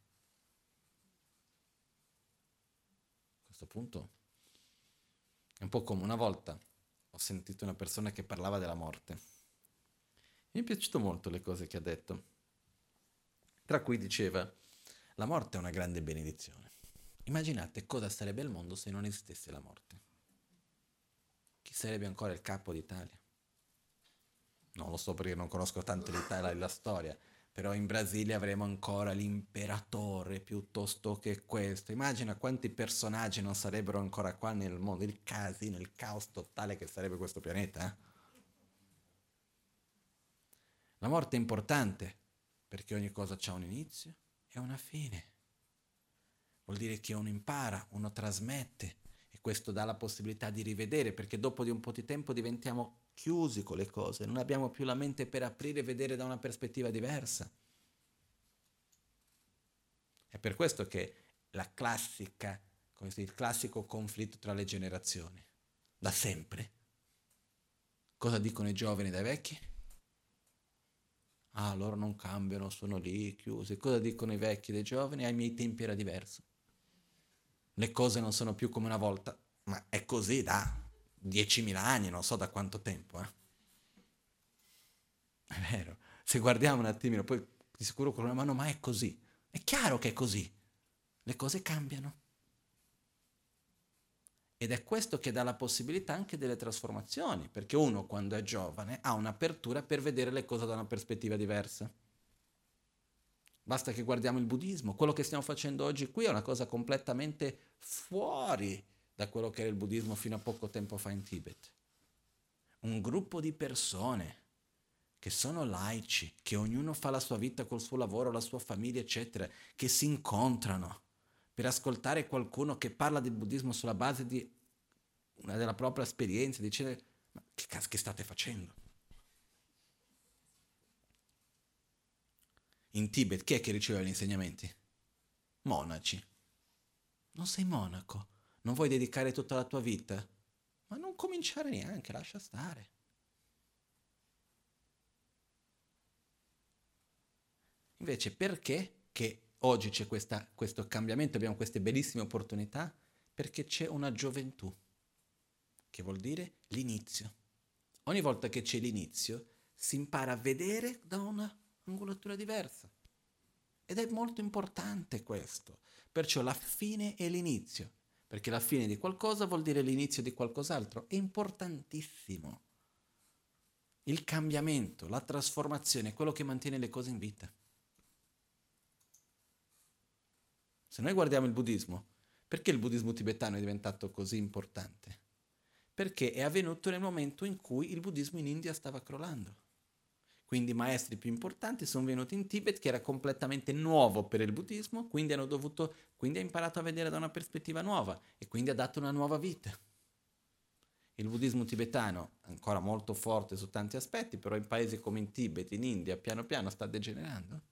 A questo punto è un po' come una volta ho sentito una persona che parlava della morte. Mi è piaciuto molto le cose che ha detto, tra cui diceva: la morte è una grande benedizione. Immaginate cosa sarebbe il mondo se non esistesse la morte. Chi sarebbe ancora il capo d'Italia? Non lo so perché non conosco tanto l'Italia e la storia, però in Brasile avremo ancora l'imperatore piuttosto che questo. Immagina quanti personaggi non sarebbero ancora qua nel mondo, il casino, il caos totale che sarebbe questo pianeta. Eh? La morte è importante perché ogni cosa ha un inizio e una fine. Vuol dire che uno impara, uno trasmette e questo dà la possibilità di rivedere, perché dopo di un po' di tempo diventiamo chiusi con le cose, non abbiamo più la mente per aprire e vedere da una prospettiva diversa. È per questo che la classica, come si dice, il classico conflitto tra le generazioni, da sempre. Cosa dicono i giovani dai vecchi? Ah, loro non cambiano, sono lì, chiusi. Cosa dicono i vecchi dei giovani? Ai miei tempi era diverso. Le cose non sono più come una volta, ma è così da diecimila anni, non so da quanto tempo. Eh? È vero. Se guardiamo un attimino, poi di sicuro con una mano, ma è così. È chiaro che è così. Le cose cambiano. Ed è questo che dà la possibilità anche delle trasformazioni, perché uno quando è giovane ha un'apertura per vedere le cose da una prospettiva diversa. Basta che guardiamo il buddismo, quello che stiamo facendo oggi qui è una cosa completamente fuori da quello che era il buddismo fino a poco tempo fa in Tibet. Un gruppo di persone che sono laici, che ognuno fa la sua vita col suo lavoro, la sua famiglia, eccetera, che si incontrano per ascoltare qualcuno che parla del buddismo sulla base di una della propria esperienza, dice: ma che cazzo che state facendo? In Tibet chi è che riceve gli insegnamenti? Monaci. Non sei monaco, non vuoi dedicare tutta la tua vita? Ma non cominciare neanche, lascia stare. Invece perché che oggi c'è questa, questo cambiamento, abbiamo queste bellissime opportunità? Perché c'è una gioventù, che vuol dire l'inizio. Ogni volta che c'è l'inizio si impara a vedere da una angolatura diversa. Ed è molto importante questo. Perciò la fine è l'inizio, perché la fine di qualcosa vuol dire l'inizio di qualcos'altro. È importantissimo. Il cambiamento, la trasformazione è quello che mantiene le cose in vita. Se noi guardiamo il buddismo, perché il buddismo tibetano è diventato così importante? Perché è avvenuto nel momento in cui il buddismo in India stava crollando. Quindi i maestri più importanti sono venuti in Tibet, che era completamente nuovo per il buddismo, quindi hanno dovuto, quindi ha imparato a vedere da una prospettiva nuova e quindi ha dato una nuova vita. Il buddismo tibetano è ancora molto forte su tanti aspetti, però in paesi come in Tibet, in India, piano piano sta degenerando.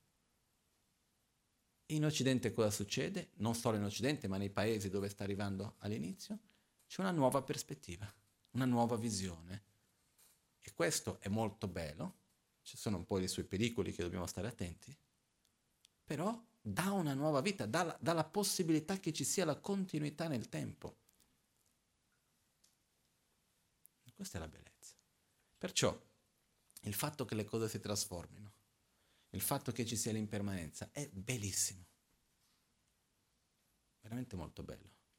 In Occidente cosa succede? Non solo in Occidente, ma nei paesi dove sta arrivando all'inizio, c'è una nuova prospettiva, una nuova visione. E questo è molto bello. Ci sono un po' i suoi pericoli che dobbiamo stare attenti, però dà una nuova vita, dà la, dà la possibilità che ci sia la continuità nel tempo. Questa è la bellezza. Perciò il fatto che le cose si trasformino, il fatto che ci sia l'impermanenza è bellissimo, veramente molto bello.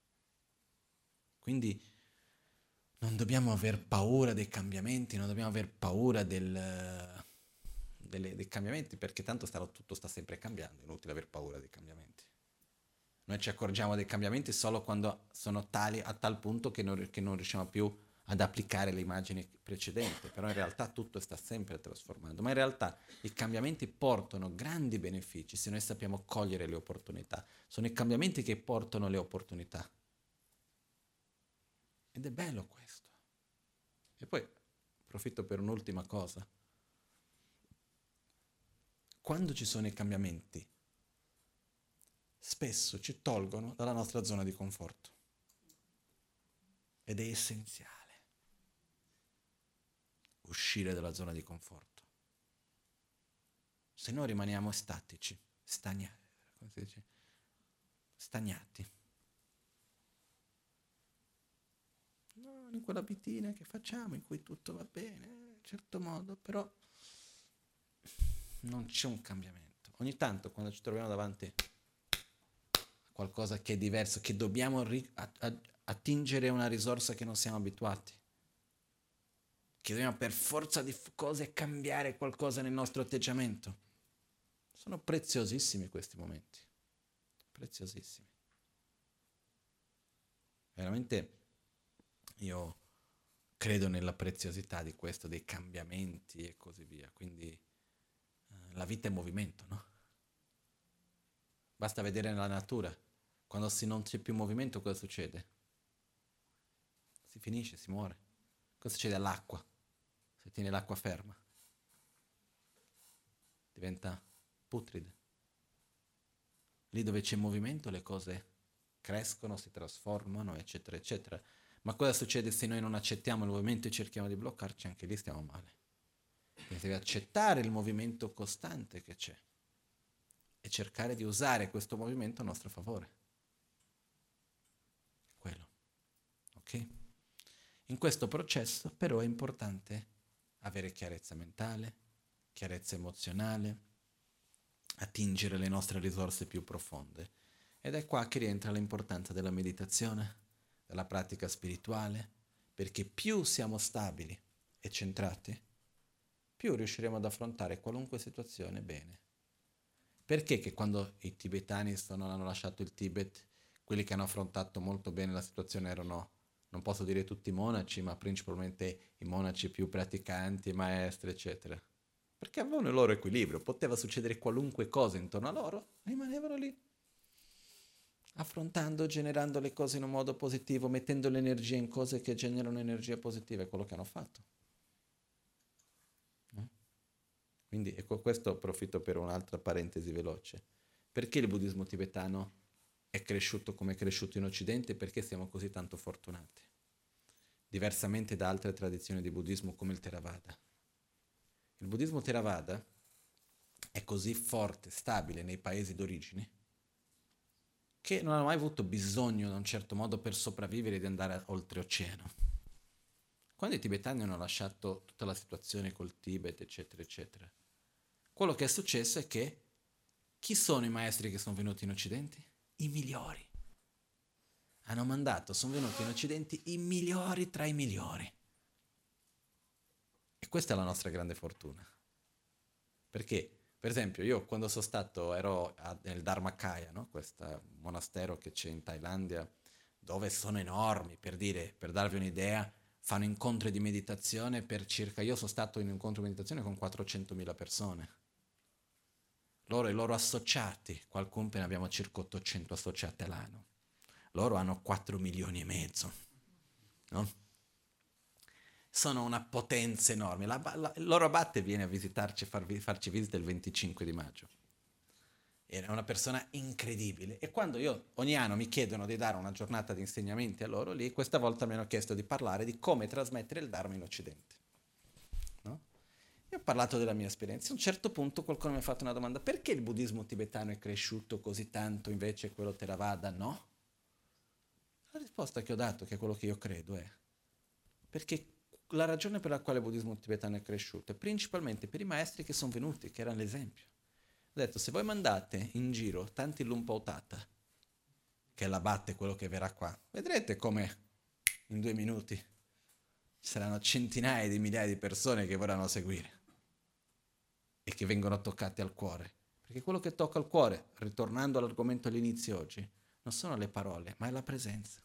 Quindi non dobbiamo aver paura dei cambiamenti, non dobbiamo aver paura del, delle, dei cambiamenti, perché tanto sta, tutto sta sempre cambiando, è inutile aver paura dei cambiamenti. Noi ci accorgiamo dei cambiamenti solo quando sono tali a tal punto che non, che non riusciamo più ad applicare le immagini precedenti, però in realtà tutto sta sempre trasformando, ma in realtà i cambiamenti portano grandi benefici se noi sappiamo cogliere le opportunità, sono i cambiamenti che portano le opportunità. Ed è bello questo. E poi approfitto per un'ultima cosa. Quando ci sono i cambiamenti, spesso ci tolgono dalla nostra zona di conforto. Ed è essenziale uscire dalla zona di conforto. Se no rimaniamo statici, stagna, come si dice? stagnati. No, in quella bitina che facciamo, in cui tutto va bene, in un certo modo, però non c'è un cambiamento. Ogni tanto quando ci troviamo davanti a qualcosa che è diverso, che dobbiamo ri- a- a- attingere una risorsa che non siamo abituati, che dobbiamo per forza di f- cose cambiare qualcosa nel nostro atteggiamento. Sono preziosissimi questi momenti, preziosissimi. Veramente io credo nella preziosità di questo, dei cambiamenti e così via, quindi eh, la vita è movimento, no? Basta vedere nella natura, quando si non c'è più movimento cosa succede? Si finisce, si muore. Cosa succede all'acqua? Se tieni l'acqua ferma, diventa putrida. Lì dove c'è movimento le cose crescono, si trasformano, eccetera, eccetera. Ma cosa succede se noi non accettiamo il movimento e cerchiamo di bloccarci? Anche lì stiamo male. Quindi devi accettare il movimento costante che c'è e cercare di usare questo movimento a nostro favore. Quello. Ok? In questo processo però è importante avere chiarezza mentale, chiarezza emozionale, attingere le nostre risorse più profonde. Ed è qua che rientra l'importanza della meditazione, della pratica spirituale, perché più siamo stabili e centrati, più riusciremo ad affrontare qualunque situazione bene. Perché che quando i tibetani sono, hanno lasciato il Tibet, quelli che hanno affrontato molto bene la situazione erano, non posso dire tutti i monaci, ma principalmente i monaci più praticanti, maestri, eccetera. Perché avevano il loro equilibrio, poteva succedere qualunque cosa intorno a loro, rimanevano lì, affrontando, generando le cose in un modo positivo, mettendo l'energia in cose che generano energia positiva, è quello che hanno fatto. No? Quindi ecco, questo approfitto per un'altra parentesi veloce. Perché il buddismo tibetano è cresciuto come è cresciuto in Occidente? Perché siamo così tanto fortunati. Diversamente da altre tradizioni di buddismo come il Theravada. Il buddismo Theravada è così forte, stabile nei paesi d'origine, che non hanno mai avuto bisogno, in un certo modo, per sopravvivere di andare oltreoceano. Quando i tibetani hanno lasciato tutta la situazione col Tibet, eccetera, eccetera, quello che è successo è che chi sono i maestri che sono venuti in Occidente? I migliori. Hanno mandato, sono venuti in Occidente i migliori tra i migliori. E questa è la nostra grande fortuna. Perché, per esempio, io quando sono stato, ero a, nel Dharmakaya, no? Questo monastero che c'è in Thailandia, dove sono enormi, per dire, per darvi un'idea, fanno incontri di meditazione per circa, io sono stato in un incontro di meditazione con quattrocentomila persone. Loro e i loro associati, qualcuno ne abbiamo circa ottocento associati all'anno. Loro hanno quattro milioni e mezzo, no? Sono una potenza enorme. La, la, il loro abate viene a visitarci, farvi, farci visita il venticinque di maggio. Era una persona incredibile. E quando io ogni anno mi chiedono di dare una giornata di insegnamenti a loro lì, questa volta mi hanno chiesto di parlare di come trasmettere il Dharma in Occidente. No? Io ho parlato della mia esperienza. A un certo punto qualcuno mi ha fatto una domanda: perché il buddismo tibetano è cresciuto così tanto, invece quello Theravada no? La risposta che ho dato, che è quello che io credo, è perché la ragione per la quale il buddismo tibetano è cresciuto è principalmente per i maestri che sono venuti, che erano l'esempio. Ho detto, se voi mandate in giro tanti Lumpotata, che la batte quello che verrà qua, vedrete come in due minuti ci saranno centinaia di migliaia di persone che vorranno seguire e che vengono toccate al cuore. Perché quello che tocca al cuore, ritornando all'argomento all'inizio oggi, non sono le parole, ma è la presenza.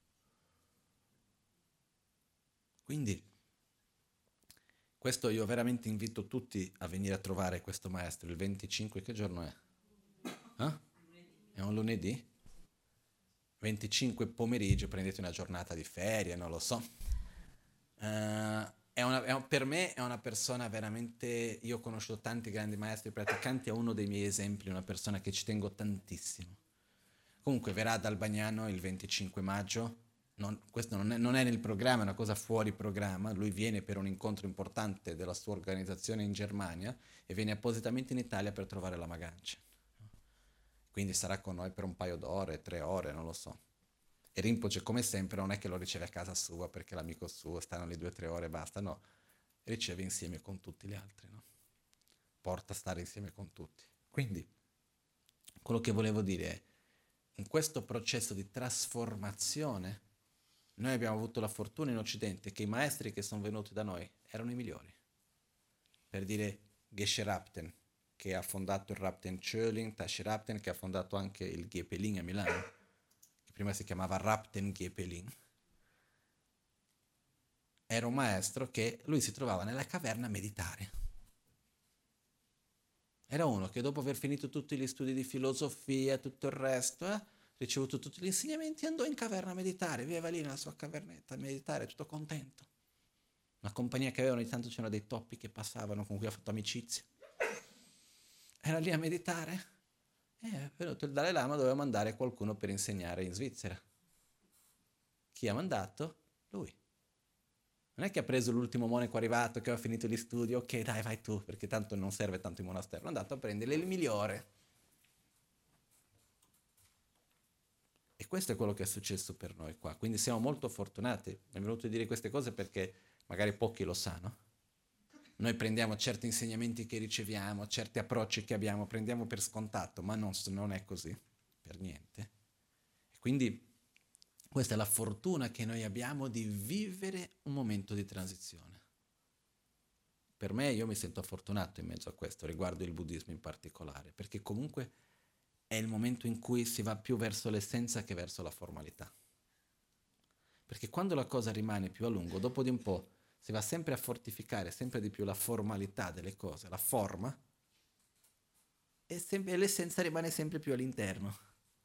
Quindi, questo io veramente invito tutti a venire a trovare questo maestro il venticinque, che giorno è? Eh? È un lunedì? venticinque pomeriggio, prendete una giornata di ferie, non lo so. Uh, è una, è un, per me è una persona veramente, io ho conosciuto tanti grandi maestri praticanti, è uno dei miei esempi, una persona che ci tengo tantissimo. Comunque verrà ad Albagnano il venticinque maggio, non, questo non è, non è nel programma, è una cosa fuori programma, lui viene per un incontro importante della sua organizzazione in Germania e viene appositamente in Italia per trovare la Magancia. Quindi sarà con noi per un paio d'ore, tre ore, non lo so. E Rinpoche, come sempre, non è che lo riceve a casa sua perché l'amico suo, stanno lì due o tre ore e basta, no. Riceve insieme con tutti gli altri, no? Porta a stare insieme con tutti. Quindi, quello che volevo dire è, in questo processo di trasformazione, noi abbiamo avuto la fortuna in Occidente che i maestri che sono venuti da noi erano i migliori. Per dire Geshe Rabten, che ha fondato il Rabten Schöling, Tashi Rabten, che ha fondato anche il Ghepeling a Milano, che prima si chiamava Rabten Ghepeling. Era un maestro che lui si trovava nella caverna a meditare. Era uno che dopo aver finito tutti gli studi di filosofia, tutto il resto, eh, ricevuto tutti gli insegnamenti, andò in caverna a meditare, viveva lì nella sua cavernetta a meditare, tutto contento. Una compagnia che aveva, ogni tanto c'erano dei toppi che passavano, con cui ha fatto amicizia. Era lì a meditare e è venuto il Dalai Lama, doveva mandare qualcuno per insegnare in Svizzera. Chi ha mandato? Lui. Non è che ha preso l'ultimo monaco arrivato che aveva finito gli studi, ok dai vai tu, perché tanto non serve tanto il monastero, è andato a prendere il migliore. E questo è quello che è successo per noi qua, quindi siamo molto fortunati. Mi è venuto a dire queste cose perché magari pochi lo sanno. Noi prendiamo certi insegnamenti che riceviamo, certi approcci che abbiamo, prendiamo per scontato, ma non, non è così, per niente. E quindi questa è la fortuna che noi abbiamo di vivere un momento di transizione. Per me, io mi sento fortunato in mezzo a questo, riguardo il buddismo in particolare, perché comunque è il momento in cui si va più verso l'essenza che verso la formalità. Perché quando la cosa rimane più a lungo, dopo di un po' si va sempre a fortificare sempre di più la formalità delle cose, la forma, e, sempre, e l'essenza rimane sempre più all'interno.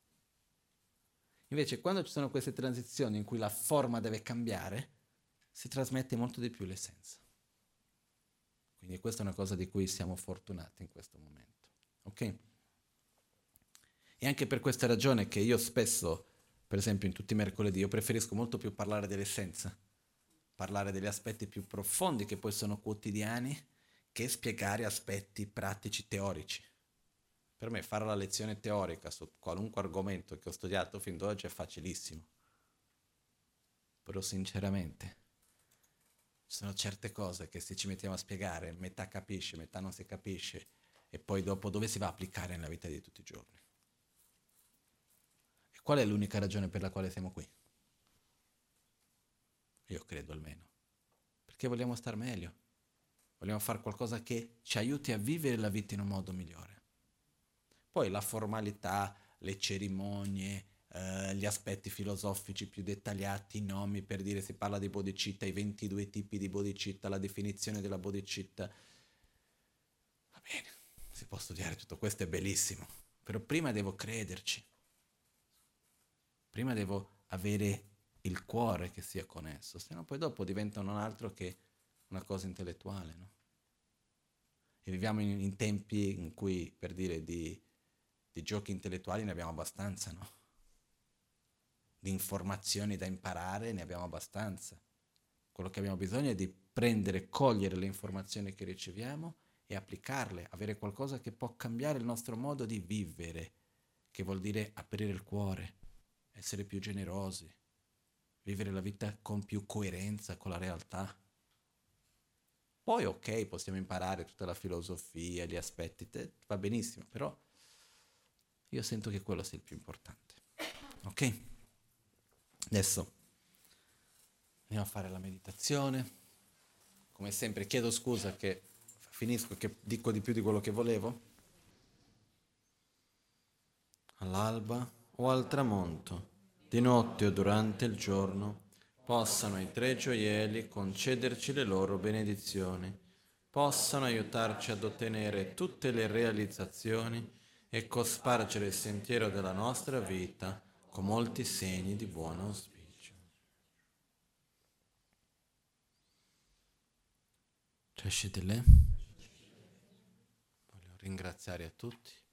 Invece quando ci sono queste transizioni in cui la forma deve cambiare, si trasmette molto di più l'essenza. Quindi questa è una cosa di cui siamo fortunati in questo momento. Ok? E anche per questa ragione che io spesso, per esempio in tutti i mercoledì, io preferisco molto più parlare dell'essenza, parlare degli aspetti più profondi che poi sono quotidiani, che spiegare aspetti pratici teorici. Per me fare la lezione teorica su qualunque argomento che ho studiato fin d'oggi è facilissimo. Però sinceramente ci sono certe cose che se ci mettiamo a spiegare, metà capisce, metà non si capisce, e poi dopo dove si va a applicare nella vita di tutti i giorni? E qual è l'unica ragione per la quale siamo qui? Io credo almeno. Perché vogliamo star meglio. Vogliamo fare qualcosa che ci aiuti a vivere la vita in un modo migliore. Poi la formalità, le cerimonie, eh, gli aspetti filosofici più dettagliati, i nomi, per dire si parla di bodhicitta, i ventidue tipi di bodhicitta, la definizione della bodhicitta. Va bene, si può studiare tutto questo, è bellissimo. Però prima devo crederci. Prima devo avere il cuore che sia con esso, se no poi dopo diventa non altro che una cosa intellettuale, no? E viviamo in, in tempi in cui, per dire, di, di giochi intellettuali ne abbiamo abbastanza, no? Di informazioni da imparare ne abbiamo abbastanza. Quello che abbiamo bisogno è di prendere, cogliere le informazioni che riceviamo e applicarle, avere qualcosa che può cambiare il nostro modo di vivere, che vuol dire aprire il cuore, essere più generosi, vivere la vita con più coerenza con la realtà. Poi ok, possiamo imparare tutta la filosofia, gli aspetti, te, va benissimo, però io sento che quello sia il più importante. Ok? Adesso Andiamo a fare la meditazione. Come sempre chiedo scusa che finisco, che dico di più di quello che volevo. All'alba o al tramonto, di notte o durante il giorno, possano i tre gioielli concederci le loro benedizioni, possano aiutarci ad ottenere tutte le realizzazioni e cospargere il sentiero della nostra vita con molti segni di buon auspicio. Voglio ringraziare a tutti